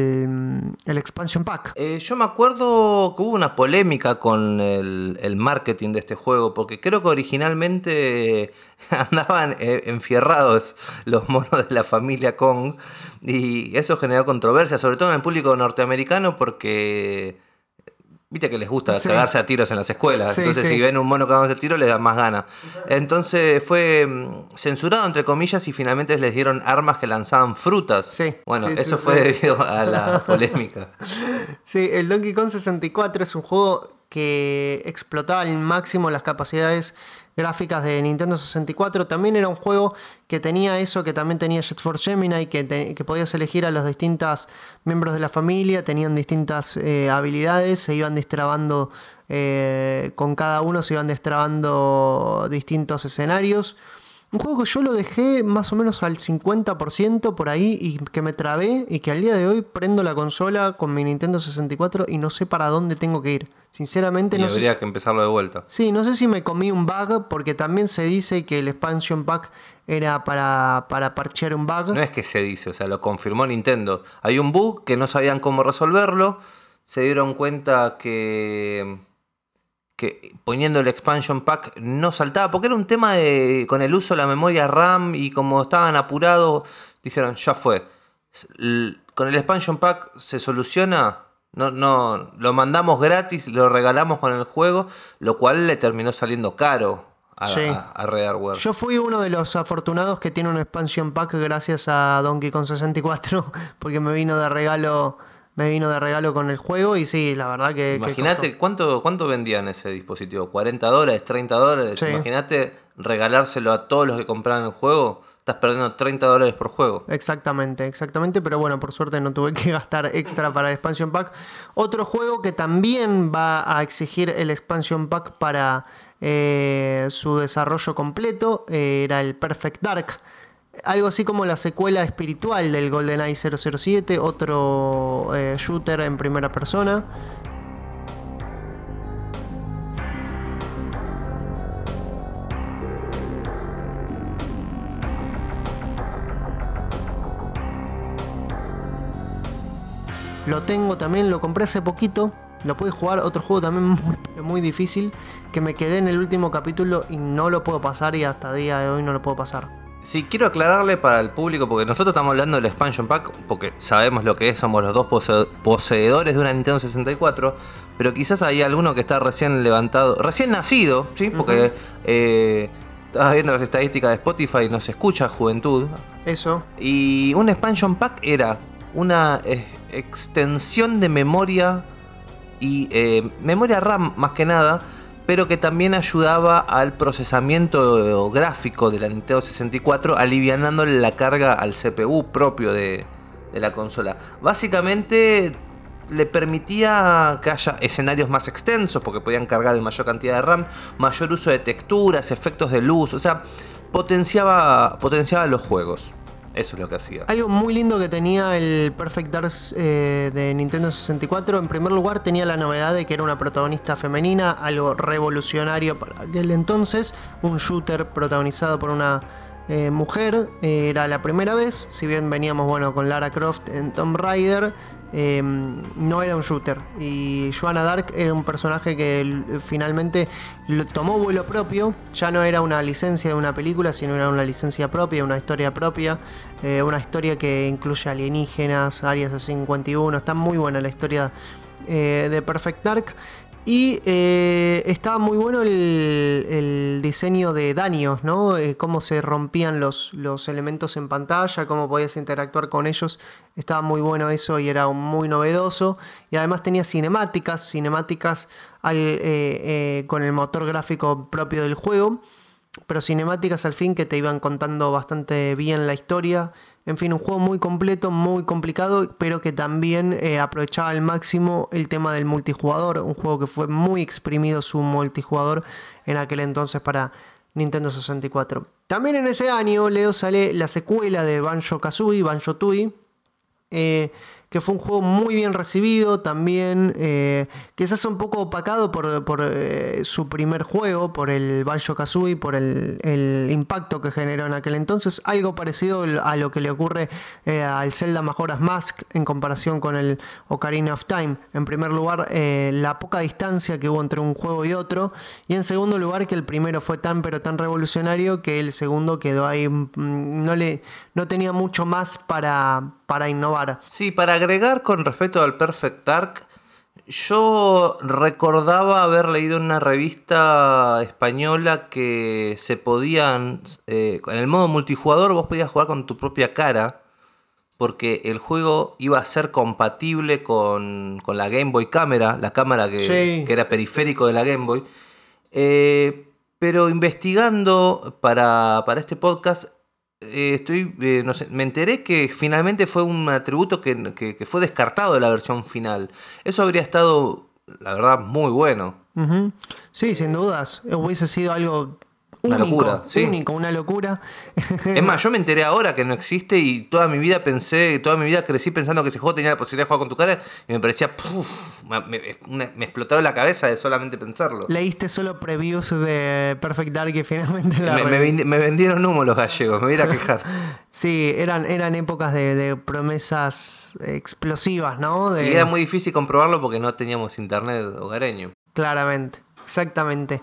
Speaker 1: el expansion pack.
Speaker 2: Yo me acuerdo que hubo una polémica con el marketing de este juego, porque creo que originalmente andaban enfierrados los monos de la familia Kong, y eso generó controversia, sobre todo en el público norteamericano, porque viste que les gusta cagarse a tiros en las escuelas. Entonces si ven un mono cagándose a tiro les da más ganas. Entonces fue censurado entre comillas y finalmente les dieron armas que lanzaban frutas. Bueno, eso fue debido a la polémica.
Speaker 1: Sí, el Donkey Kong 64 es un juego que explotaba al máximo las capacidades gráficas de Nintendo 64. También era un juego que tenía eso que también tenía Jet Force Gemini, que podías elegir a los distintos miembros de la familia, tenían distintas habilidades, se iban destrabando, con cada uno se iban destrabando distintos escenarios. Un juego que yo lo dejé más o menos al 50% por ahí, y que me trabé, y que al día de hoy prendo la consola con mi Nintendo 64 y no sé para dónde tengo que ir. Sinceramente no sé.
Speaker 2: Habría que empezarlo de vuelta.
Speaker 1: Sí, no sé si me comí un bug, porque también se dice que el expansion pack era para parchear un bug.
Speaker 2: No es que se dice, o sea, lo confirmó Nintendo. Hay un bug que no sabían cómo resolverlo. Se dieron cuenta que poniendo el expansion pack no saltaba, porque era un tema con el uso de la memoria RAM, y como estaban apurados, dijeron, ya fue. Con el expansion pack se soluciona. No, lo mandamos gratis, lo regalamos con el juego, lo cual le terminó saliendo caro a Rareware.
Speaker 1: Yo fui uno de los afortunados que tiene un expansion pack gracias a Donkey Kong 64, porque me vino de regalo con el juego, y sí, la verdad que...
Speaker 2: Imagínate cuánto vendían ese dispositivo, $40, $30. Sí. Imagínate regalárselo a todos los que compraban el juego. Estás perdiendo $30 por juego.
Speaker 1: Exactamente, pero bueno, por suerte no tuve que gastar extra para el expansion pack. Otro juego que también va a exigir el expansion pack para su desarrollo completo era el Perfect Dark. Algo así como la secuela espiritual del GoldenEye 007, otro shooter en primera persona. Lo tengo también, lo compré hace poquito, lo pude jugar. Otro juego también muy difícil, que me quedé en el último capítulo y no lo puedo pasar, y hasta el día de hoy no lo puedo pasar.
Speaker 2: Sí, quiero aclararle para el público, porque nosotros estamos hablando del expansion pack, porque sabemos lo que es, somos los dos poseedores de una Nintendo 64, pero quizás hay alguno que está recién nacido, ¿sí? Porque estabas viendo las estadísticas de Spotify, nos escucha juventud.
Speaker 1: Eso.
Speaker 2: Y un expansion pack era una extensión de memoria y memoria RAM más que nada, pero que también ayudaba al procesamiento gráfico de la Nintendo 64, alivianándole la carga al CPU propio de la consola. Básicamente le permitía que haya escenarios más extensos, porque podían cargar en mayor cantidad de RAM, mayor uso de texturas, efectos de luz, o sea, potenciaba los juegos. Eso es lo que hacía.
Speaker 1: Algo muy lindo que tenía el Perfect Dark de Nintendo 64, en primer lugar tenía la novedad de que era una protagonista femenina, algo revolucionario para aquel entonces, un shooter protagonizado por una mujer, era la primera vez, si bien veníamos con Lara Croft en Tomb Raider, no era un shooter, y Joanna Dark era un personaje que finalmente tomó vuelo propio, ya no era una licencia de una película, sino era una licencia propia, una historia propia, una historia que incluye alienígenas, Área 51, está muy buena la historia de Perfect Dark. Y estaba muy bueno el diseño de daños, ¿no? Cómo se rompían los elementos en pantalla, cómo podías interactuar con ellos. Estaba muy bueno eso y era muy novedoso. Y además tenía cinemáticas con el motor gráfico propio del juego. Pero cinemáticas al fin que te iban contando bastante bien la historia. En fin, un juego muy completo, muy complicado, pero que también aprovechaba al máximo el tema del multijugador. Un juego que fue muy exprimido su multijugador en aquel entonces para Nintendo 64. También en ese año, Leo, sale la secuela de Banjo-Kazooie, Banjo-Tooie, que fue un juego muy bien recibido, también quizás un poco opacado por su primer juego, por el Banjo-Kazooie, por el impacto que generó en aquel entonces, algo parecido a lo que le ocurre al Zelda Majora's Mask en comparación con el Ocarina of Time. En primer lugar, la poca distancia que hubo entre un juego y otro, y en segundo lugar que el primero fue tan revolucionario que el segundo quedó ahí, no tenía mucho más para innovar.
Speaker 2: Sí, para agregar con respecto al Perfect Dark, yo recordaba haber leído en una revista española que se podían, en el modo multijugador vos podías jugar con tu propia cara, porque el juego iba a ser compatible con la Game Boy Camera, la cámara que era periférico de la Game Boy. Pero investigando para este podcast, no sé, me enteré que finalmente fue un atributo que fue descartado de la versión final. Eso habría estado, la verdad, muy bueno.
Speaker 1: Uh-huh. Sí, sin dudas. Hubiese sido algo
Speaker 2: una locura, sí.
Speaker 1: Una locura.
Speaker 2: Es más, yo me enteré ahora que no existe y toda mi vida crecí pensando que ese juego tenía la posibilidad de jugar con tu cara y me parecía, me explotaba la cabeza de solamente pensarlo.
Speaker 1: Leíste solo previews de Perfect Dark y finalmente
Speaker 2: me vendieron humo los gallegos, me voy a ir a quejar.
Speaker 1: Sí, eran épocas de promesas explosivas, ¿no?
Speaker 2: Y era muy difícil comprobarlo porque no teníamos internet hogareño.
Speaker 1: Claramente, exactamente.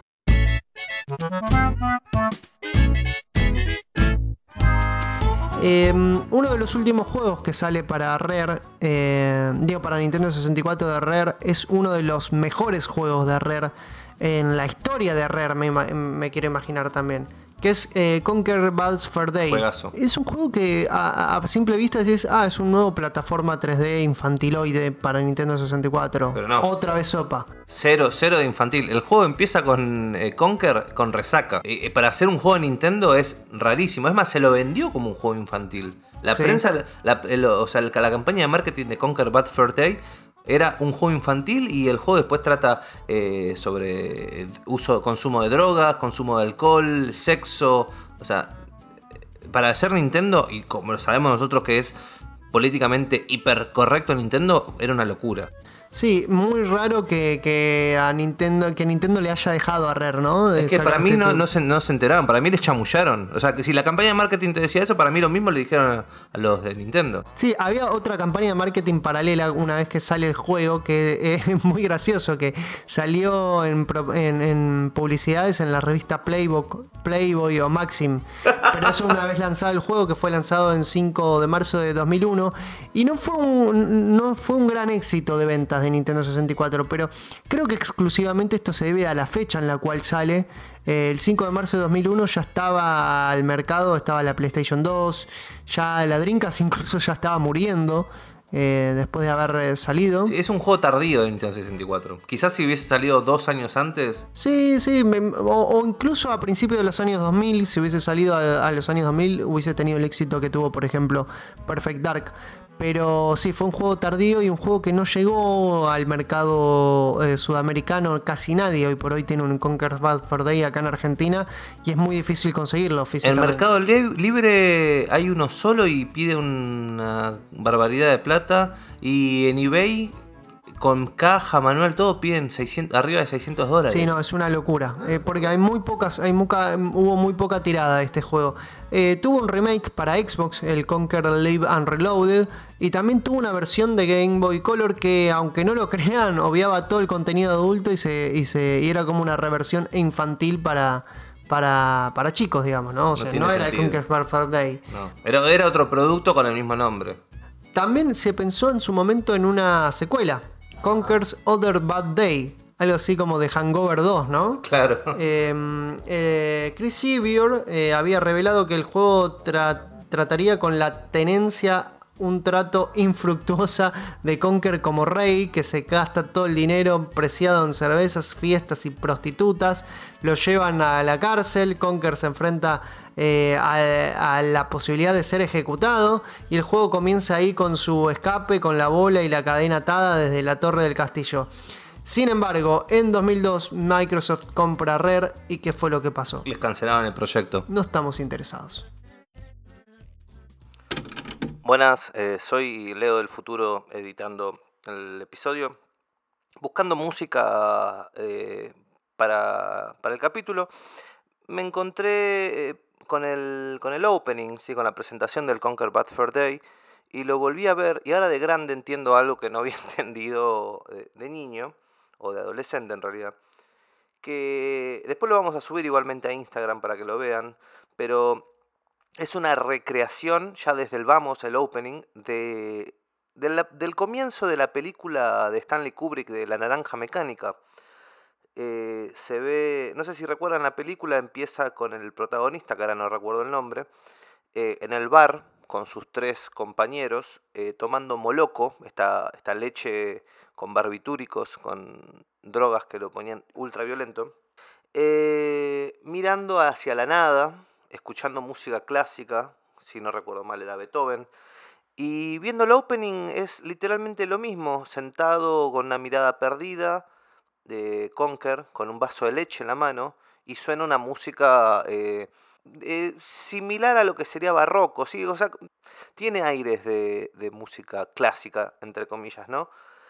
Speaker 1: Uno de los últimos juegos que sale para Rare, para Nintendo 64 de Rare, es uno de los mejores juegos de Rare en la historia de Rare, me quiero imaginar también, que es Conker Baldur's Fair Day.
Speaker 2: Juegazo.
Speaker 1: Es un juego que a simple vista decís, es un nuevo plataforma 3D infantiloide para Nintendo 64.
Speaker 2: Pero no.
Speaker 1: Otra vez sopa.
Speaker 2: Cero de infantil. El juego empieza con Conker con resaca. Para hacer un juego de Nintendo es rarísimo. Es más, se lo vendió como un juego infantil. La prensa, la campaña de marketing de Conker Bad Fur Day era un juego infantil y el juego después trata sobre consumo de drogas, consumo de alcohol, sexo. O sea, para hacer Nintendo, y como lo sabemos nosotros que es políticamente hipercorrecto Nintendo, era una locura.
Speaker 1: Sí, muy raro que Nintendo le haya dejado a Rare, ¿no?
Speaker 2: Es que para mí no se enteraron, para mí les chamullaron. O sea, que si la campaña de marketing te decía eso, para mí lo mismo le dijeron a los de Nintendo.
Speaker 1: Sí, había otra campaña de marketing paralela una vez que sale el juego, que es muy gracioso, que salió en publicidades en la revista Playboy o Maxim. Pero eso una vez lanzado el juego, que fue lanzado en 5 de marzo de 2001, y no fue un gran éxito de ventas de Nintendo 64, pero creo que exclusivamente esto se debe a la fecha en la cual sale. El 5 de marzo de 2001 ya estaba al mercado, estaba la PlayStation 2, ya la Dreamcast incluso ya estaba muriendo después de haber salido.
Speaker 2: Sí, es un juego tardío de Nintendo 64. Quizás si hubiese salido 2 años antes.
Speaker 1: Sí, o incluso a principios de los años 2000, si hubiese salido a los años 2000, hubiese tenido el éxito que tuvo, por ejemplo, Perfect Dark. Pero sí, fue un juego tardío y un juego que no llegó al mercado sudamericano. Casi nadie hoy por hoy tiene un Conker's Bad Fur Day acá en Argentina y es muy difícil conseguirlo
Speaker 2: En
Speaker 1: físicamente.
Speaker 2: Mercado Libre hay uno solo y pide una barbaridad de plata. Y en eBay, con caja, manual, todo piden arriba de $600.
Speaker 1: Sí, no, es una locura. Porque hubo muy poca tirada de este juego. Tuvo un remake para Xbox, el Conker Live and Reloaded. Y también tuvo una versión de Game Boy Color que, aunque no lo crean, obviaba todo el contenido adulto y era como una reversión infantil para chicos, digamos, ¿no? O sea, no era el Conker's Bad Fur Day.
Speaker 2: No, era otro producto con el mismo nombre.
Speaker 1: También se pensó en su momento en una secuela, Conker's Other Bad Day, algo así como de Hangover 2, ¿no?
Speaker 2: Claro.
Speaker 1: Chris Sevior había revelado que el juego trataría con la tenencia, un trato infructuosa de Conker como rey, que se gasta todo el dinero preciado en cervezas, fiestas y prostitutas. Lo llevan a la cárcel. Conker se enfrenta a la posibilidad de ser ejecutado y el juego comienza ahí con su escape, con la bola y la cadena atada desde la torre del castillo. Sin embargo, en 2002 Microsoft compra Rare y ¿qué fue lo que pasó?
Speaker 2: Les cancelaron el proyecto.
Speaker 1: No estamos interesados.
Speaker 2: Buenas, soy Leo del futuro editando el episodio. Buscando música para el capítulo, me encontré con el opening, ¿sí? Con la presentación del Conker Bad Fur Day, y lo volví a ver, y ahora de grande entiendo algo que no había entendido de niño, o de adolescente en realidad, que después lo vamos a subir igualmente a Instagram para que lo vean, pero es una recreación, ya desde el vamos, el opening, del comienzo de la película de Stanley Kubrick de La Naranja Mecánica. Se ve, no sé si recuerdan, la película empieza con el protagonista, que ahora no recuerdo el nombre, en el bar con sus 3 compañeros, tomando moloco, esta leche con barbitúricos, con drogas que lo ponían ultra violento, mirando hacia la nada, escuchando música clásica, si no recuerdo mal era Beethoven, y viendo el opening es literalmente lo mismo, sentado con una mirada perdida de Conker, con un vaso de leche en la mano, y suena una música similar a lo que sería barroco, ¿sí? O sea, tiene aires de música clásica, entre comillas, ¿no?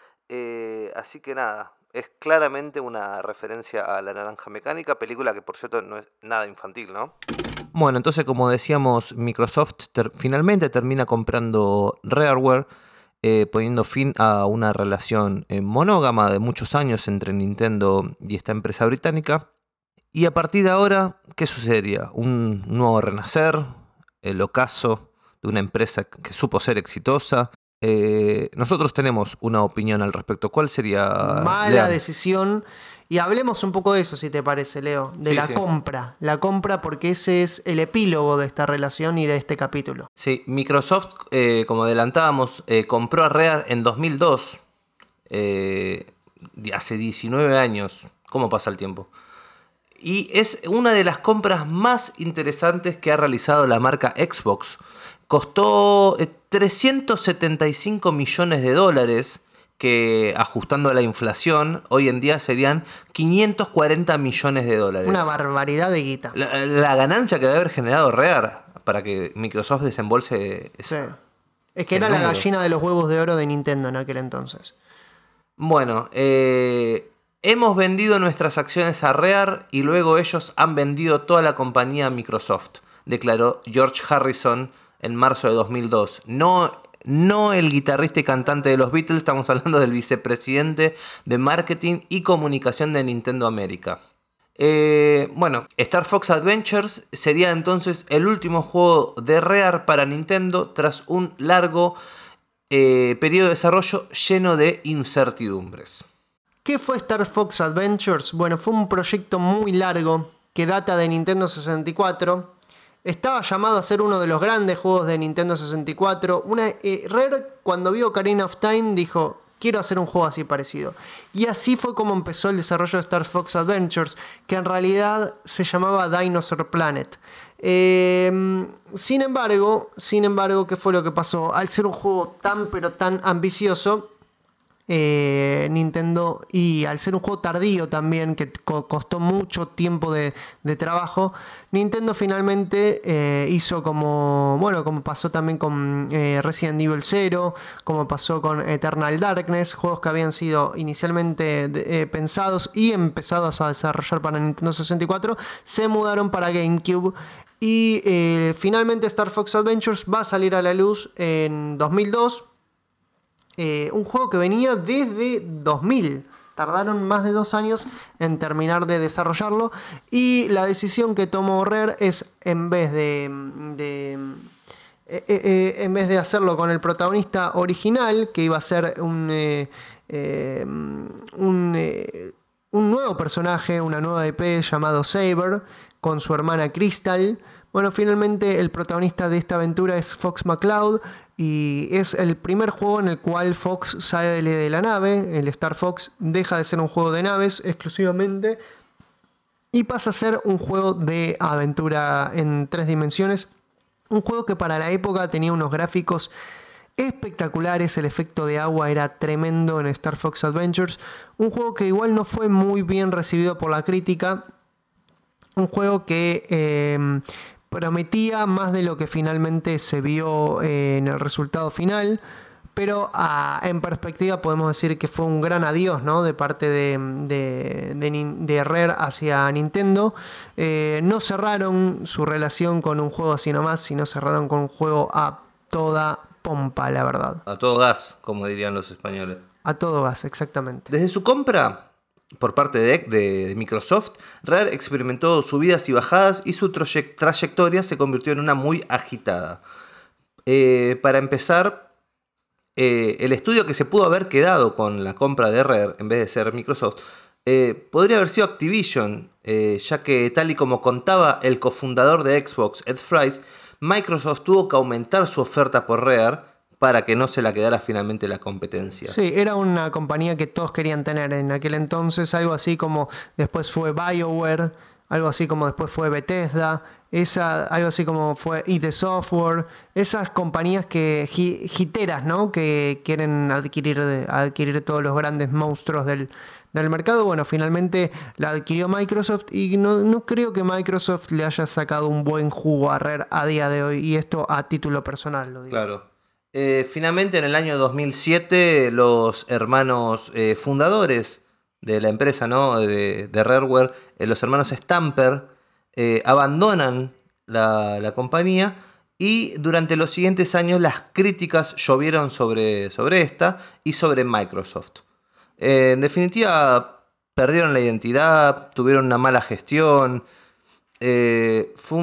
Speaker 2: Así que nada, es claramente una referencia a La Naranja Mecánica, película que por cierto no es nada infantil, ¿no? Bueno, entonces como decíamos, Microsoft finalmente termina comprando Rareware, poniendo fin a una relación monógama de muchos años entre Nintendo y esta empresa británica. Y a partir de ahora, ¿qué sucedería? Un nuevo renacer, el ocaso de una empresa que supo ser exitosa. Nosotros tenemos una opinión al respecto. ¿Cuál sería?
Speaker 1: Mala decisión. Y hablemos un poco de eso, si te parece, Leo. De
Speaker 2: Sí,
Speaker 1: la
Speaker 2: sí.
Speaker 1: compra. La compra, porque ese es el epílogo de esta relación y de este capítulo.
Speaker 2: Sí, Microsoft, como adelantábamos, compró a Rare en 2002. Hace 19 años. ¿Cómo pasa el tiempo? Y es una de las compras más interesantes que ha realizado la marca Xbox. Costó $375 millones, que ajustando a la inflación, hoy en día serían $540 millones.
Speaker 1: Una barbaridad de guita.
Speaker 2: La ganancia que debe haber generado Rare para que Microsoft desembolse
Speaker 1: Sí. Es que era la gallina de los huevos de oro de Nintendo en aquel entonces.
Speaker 2: Bueno, hemos vendido nuestras acciones a Rare y luego ellos han vendido toda la compañía a Microsoft, declaró George Harrison en marzo de 2002. No el guitarrista y cantante de los Beatles, estamos hablando del vicepresidente de marketing y comunicación de Nintendo América. Bueno, Star Fox Adventures sería entonces el último juego de Rare para Nintendo tras un largo periodo de desarrollo lleno de incertidumbres.
Speaker 1: ¿Qué fue Star Fox Adventures? Bueno, fue un proyecto muy largo que data de Nintendo 64. Estaba llamado a ser uno de los grandes juegos de Nintendo 64. Rare, cuando vio Ocarina of Time, dijo: quiero hacer un juego así parecido. Y así fue como empezó el desarrollo de Star Fox Adventures, que en realidad se llamaba Dinosaur Planet. Sin embargo, ¿qué fue lo que pasó? Al ser un juego tan pero tan ambicioso, Nintendo, y al ser un juego tardío también, que costó mucho tiempo de trabajo, Nintendo finalmente hizo como pasó también con Resident Evil 0, como pasó con Eternal Darkness, juegos que habían sido inicialmente pensados y empezados a desarrollar para Nintendo 64, se mudaron para GameCube. Y finalmente Star Fox Adventures va a salir a la luz en 2002. Un juego que venía desde 2000. Tardaron más de 2 años en terminar de desarrollarlo. Y la decisión que tomó Rare es, en vez de hacerlo con el protagonista original, que iba a ser un nuevo personaje, una nueva IP llamado Saber, con su hermana Crystal. Bueno, finalmente el protagonista de esta aventura es Fox McCloud y es el primer juego en el cual Fox sale de la nave. El Star Fox deja de ser un juego de naves exclusivamente y pasa a ser un juego de aventura en 3 dimensiones. Un juego que para la época tenía unos gráficos espectaculares, el efecto de agua era tremendo en Star Fox Adventures. Un juego que igual no fue muy bien recibido por la crítica. Un juego que prometía más de lo que finalmente se vio en el resultado final, pero en perspectiva podemos decir que fue un gran adiós, ¿no?, de parte de Rare hacia Nintendo. No cerraron su relación con un juego así nomás, sino cerraron con un juego a toda pompa, la verdad.
Speaker 2: A todo gas, como dirían los españoles.
Speaker 1: A todo gas, exactamente.
Speaker 2: Desde su compra por parte de Microsoft, Rare experimentó subidas y bajadas y su trayectoria se convirtió en una muy agitada. Para empezar, el estudio que se pudo haber quedado con la compra de Rare en vez de ser Microsoft podría haber sido Activision, ya que tal y como contaba el cofundador de Xbox, Ed Fries, Microsoft tuvo que aumentar su oferta por Rare para que no se la quedara finalmente la competencia.
Speaker 1: Sí, era una compañía que todos querían tener en aquel entonces, algo así como después fue BioWare, algo así como después fue Bethesda, algo así como fue id Software, esas compañías que hiteras, ¿no?, que quieren adquirir todos los grandes monstruos del mercado. Bueno, finalmente la adquirió Microsoft y no creo que Microsoft le haya sacado un buen jugo a Rare a día de hoy, y esto a título personal, lo digo.
Speaker 2: Claro. Finalmente en el año 2007 los hermanos fundadores de la empresa, ¿no?, de Rareware, los hermanos Stamper, abandonan la compañía, y durante los siguientes años las críticas llovieron sobre esta y sobre Microsoft. En definitiva, perdieron la identidad, tuvieron una mala gestión. Fue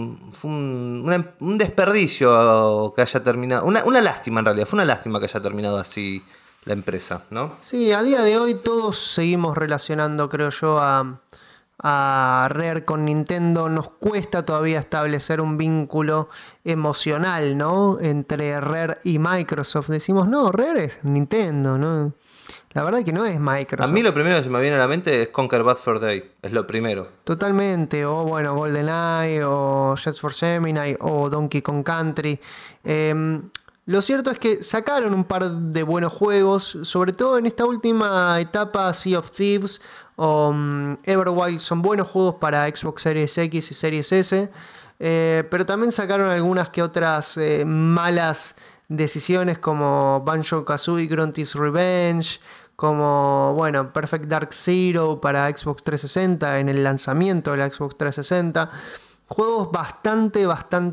Speaker 2: un desperdicio que haya terminado. Una lástima en realidad, fue una lástima que haya terminado así la empresa, ¿no?
Speaker 1: Sí, a día de hoy todos seguimos relacionando, creo yo, a Rare con Nintendo. Nos cuesta todavía establecer un vínculo emocional, ¿no?, entre Rare y Microsoft. Decimos, no, Rare es Nintendo, ¿no? La verdad es que no es Microsoft.
Speaker 2: A mí lo primero que se me viene a la mente es Conquer Bad Fur Day. Es lo primero.
Speaker 1: Totalmente. O bueno, GoldenEye, o Jet Force Gemini, o Donkey Kong Country. Lo cierto es que sacaron un par de buenos juegos, sobre todo en esta última etapa. Sea of Thieves o Everwild son buenos juegos para Xbox Series X y Series S. Pero también sacaron algunas que otras malas decisiones, como Banjo-Kazooie Grunty's Revenge, como, bueno, Perfect Dark Zero para Xbox 360 en el lanzamiento de la Xbox 360. Juegos bastante,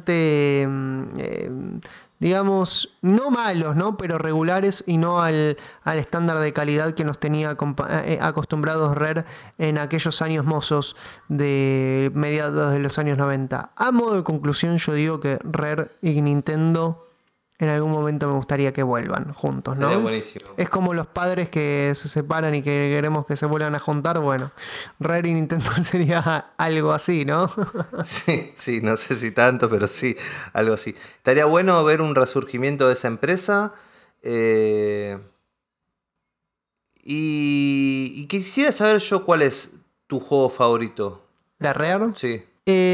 Speaker 1: digamos, no malos, ¿no?, pero regulares y no al estándar de calidad que nos tenía acostumbrados Rare en aquellos años mozos de mediados de los años 90. A modo de conclusión, yo digo que Rare y Nintendo en algún momento me gustaría que vuelvan juntos, ¿no?
Speaker 2: Sería buenísimo.
Speaker 1: Es como los padres que se separan y que queremos que se vuelvan a juntar. Bueno, Rare y Nintendo sería algo así, ¿no?
Speaker 2: Sí, no sé si tanto, pero sí, algo así. Estaría bueno ver un resurgimiento de esa empresa. Y quisiera saber yo cuál es tu juego favorito.
Speaker 1: ¿De Rare?
Speaker 2: Sí.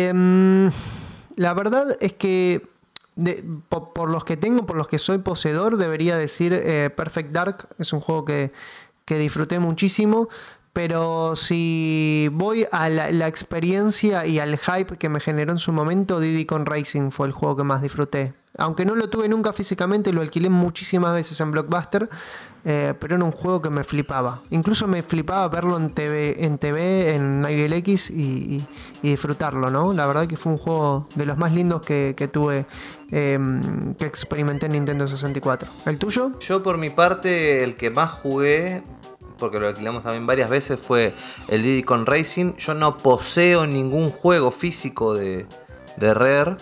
Speaker 1: La verdad es que por los que tengo, por los que soy poseedor, debería decir Perfect Dark. Es un juego que disfruté muchísimo. Pero si voy a la experiencia y al hype que me generó en su momento, Diddy Kong Racing fue el juego que más disfruté. Aunque no lo tuve nunca físicamente, lo alquilé muchísimas veces en Blockbuster, pero era un juego que me flipaba. Incluso me flipaba verlo en TV, en IBLX y disfrutarlo, ¿no? La verdad que fue un juego de los más lindos que tuve, que experimenté en Nintendo 64. ¿El tuyo?
Speaker 2: Yo por mi parte, el que más jugué, porque lo alquilamos también varias veces, fue el Diddy Kong Racing. Yo no poseo ningún juego físico de Rare,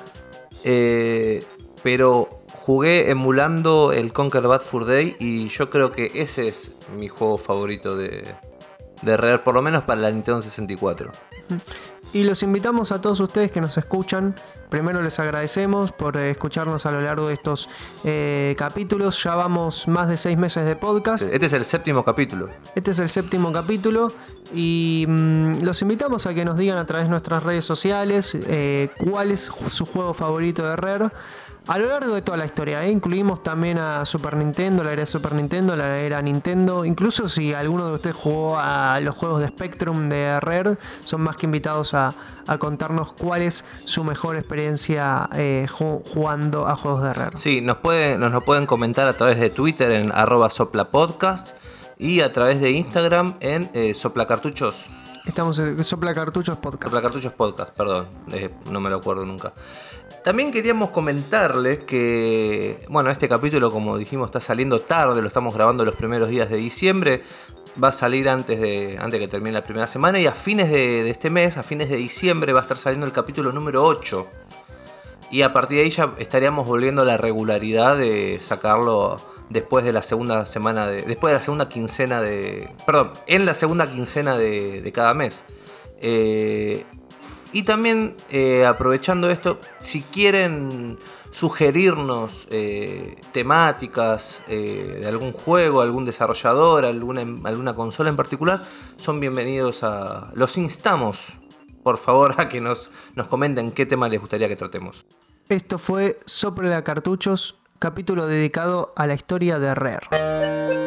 Speaker 2: pero jugué emulando el Conker Bad Fur Day y yo creo que ese es mi juego favorito de Rare, por lo menos para la Nintendo 64.
Speaker 1: Y los invitamos a todos ustedes que nos escuchan. Primero les agradecemos por escucharnos a lo largo de estos capítulos. Ya vamos más de 6 meses de podcast.
Speaker 2: Este es el 7º capítulo.
Speaker 1: Este es el 7º capítulo. Y los invitamos a que nos digan a través de nuestras redes sociales cuál es su juego favorito de Rare. A lo largo de toda la historia, incluimos también a Super Nintendo, la era de Super Nintendo, la era Nintendo. Incluso si alguno de ustedes jugó a los juegos de Spectrum de Rare, son más que invitados a contarnos cuál es su mejor experiencia jugando a juegos de Rare.
Speaker 2: Sí, nos lo pueden comentar a través de Twitter en @soplapodcast y a través de Instagram en soplacartuchos.
Speaker 1: Estamos en Soplacartuchos Podcast.
Speaker 2: Soplacartuchos Podcast, perdón, no me lo acuerdo nunca. También queríamos comentarles que, bueno, este capítulo, como dijimos, está saliendo tarde, lo estamos grabando los primeros días de diciembre, va a salir antes que termine la primera semana y a fines de este mes, a fines de diciembre, va a estar saliendo el capítulo número 8. Y a partir de ahí ya estaríamos volviendo a la regularidad de sacarlo después de la segunda semana después de la segunda quincena en la segunda quincena de cada mes. Y también aprovechando esto, si quieren sugerirnos temáticas de algún juego, algún desarrollador, alguna consola en particular, son bienvenidos los instamos, por favor, a que nos comenten qué tema les gustaría que tratemos.
Speaker 1: Esto fue Soplacartuchos, capítulo dedicado a la historia de Rare.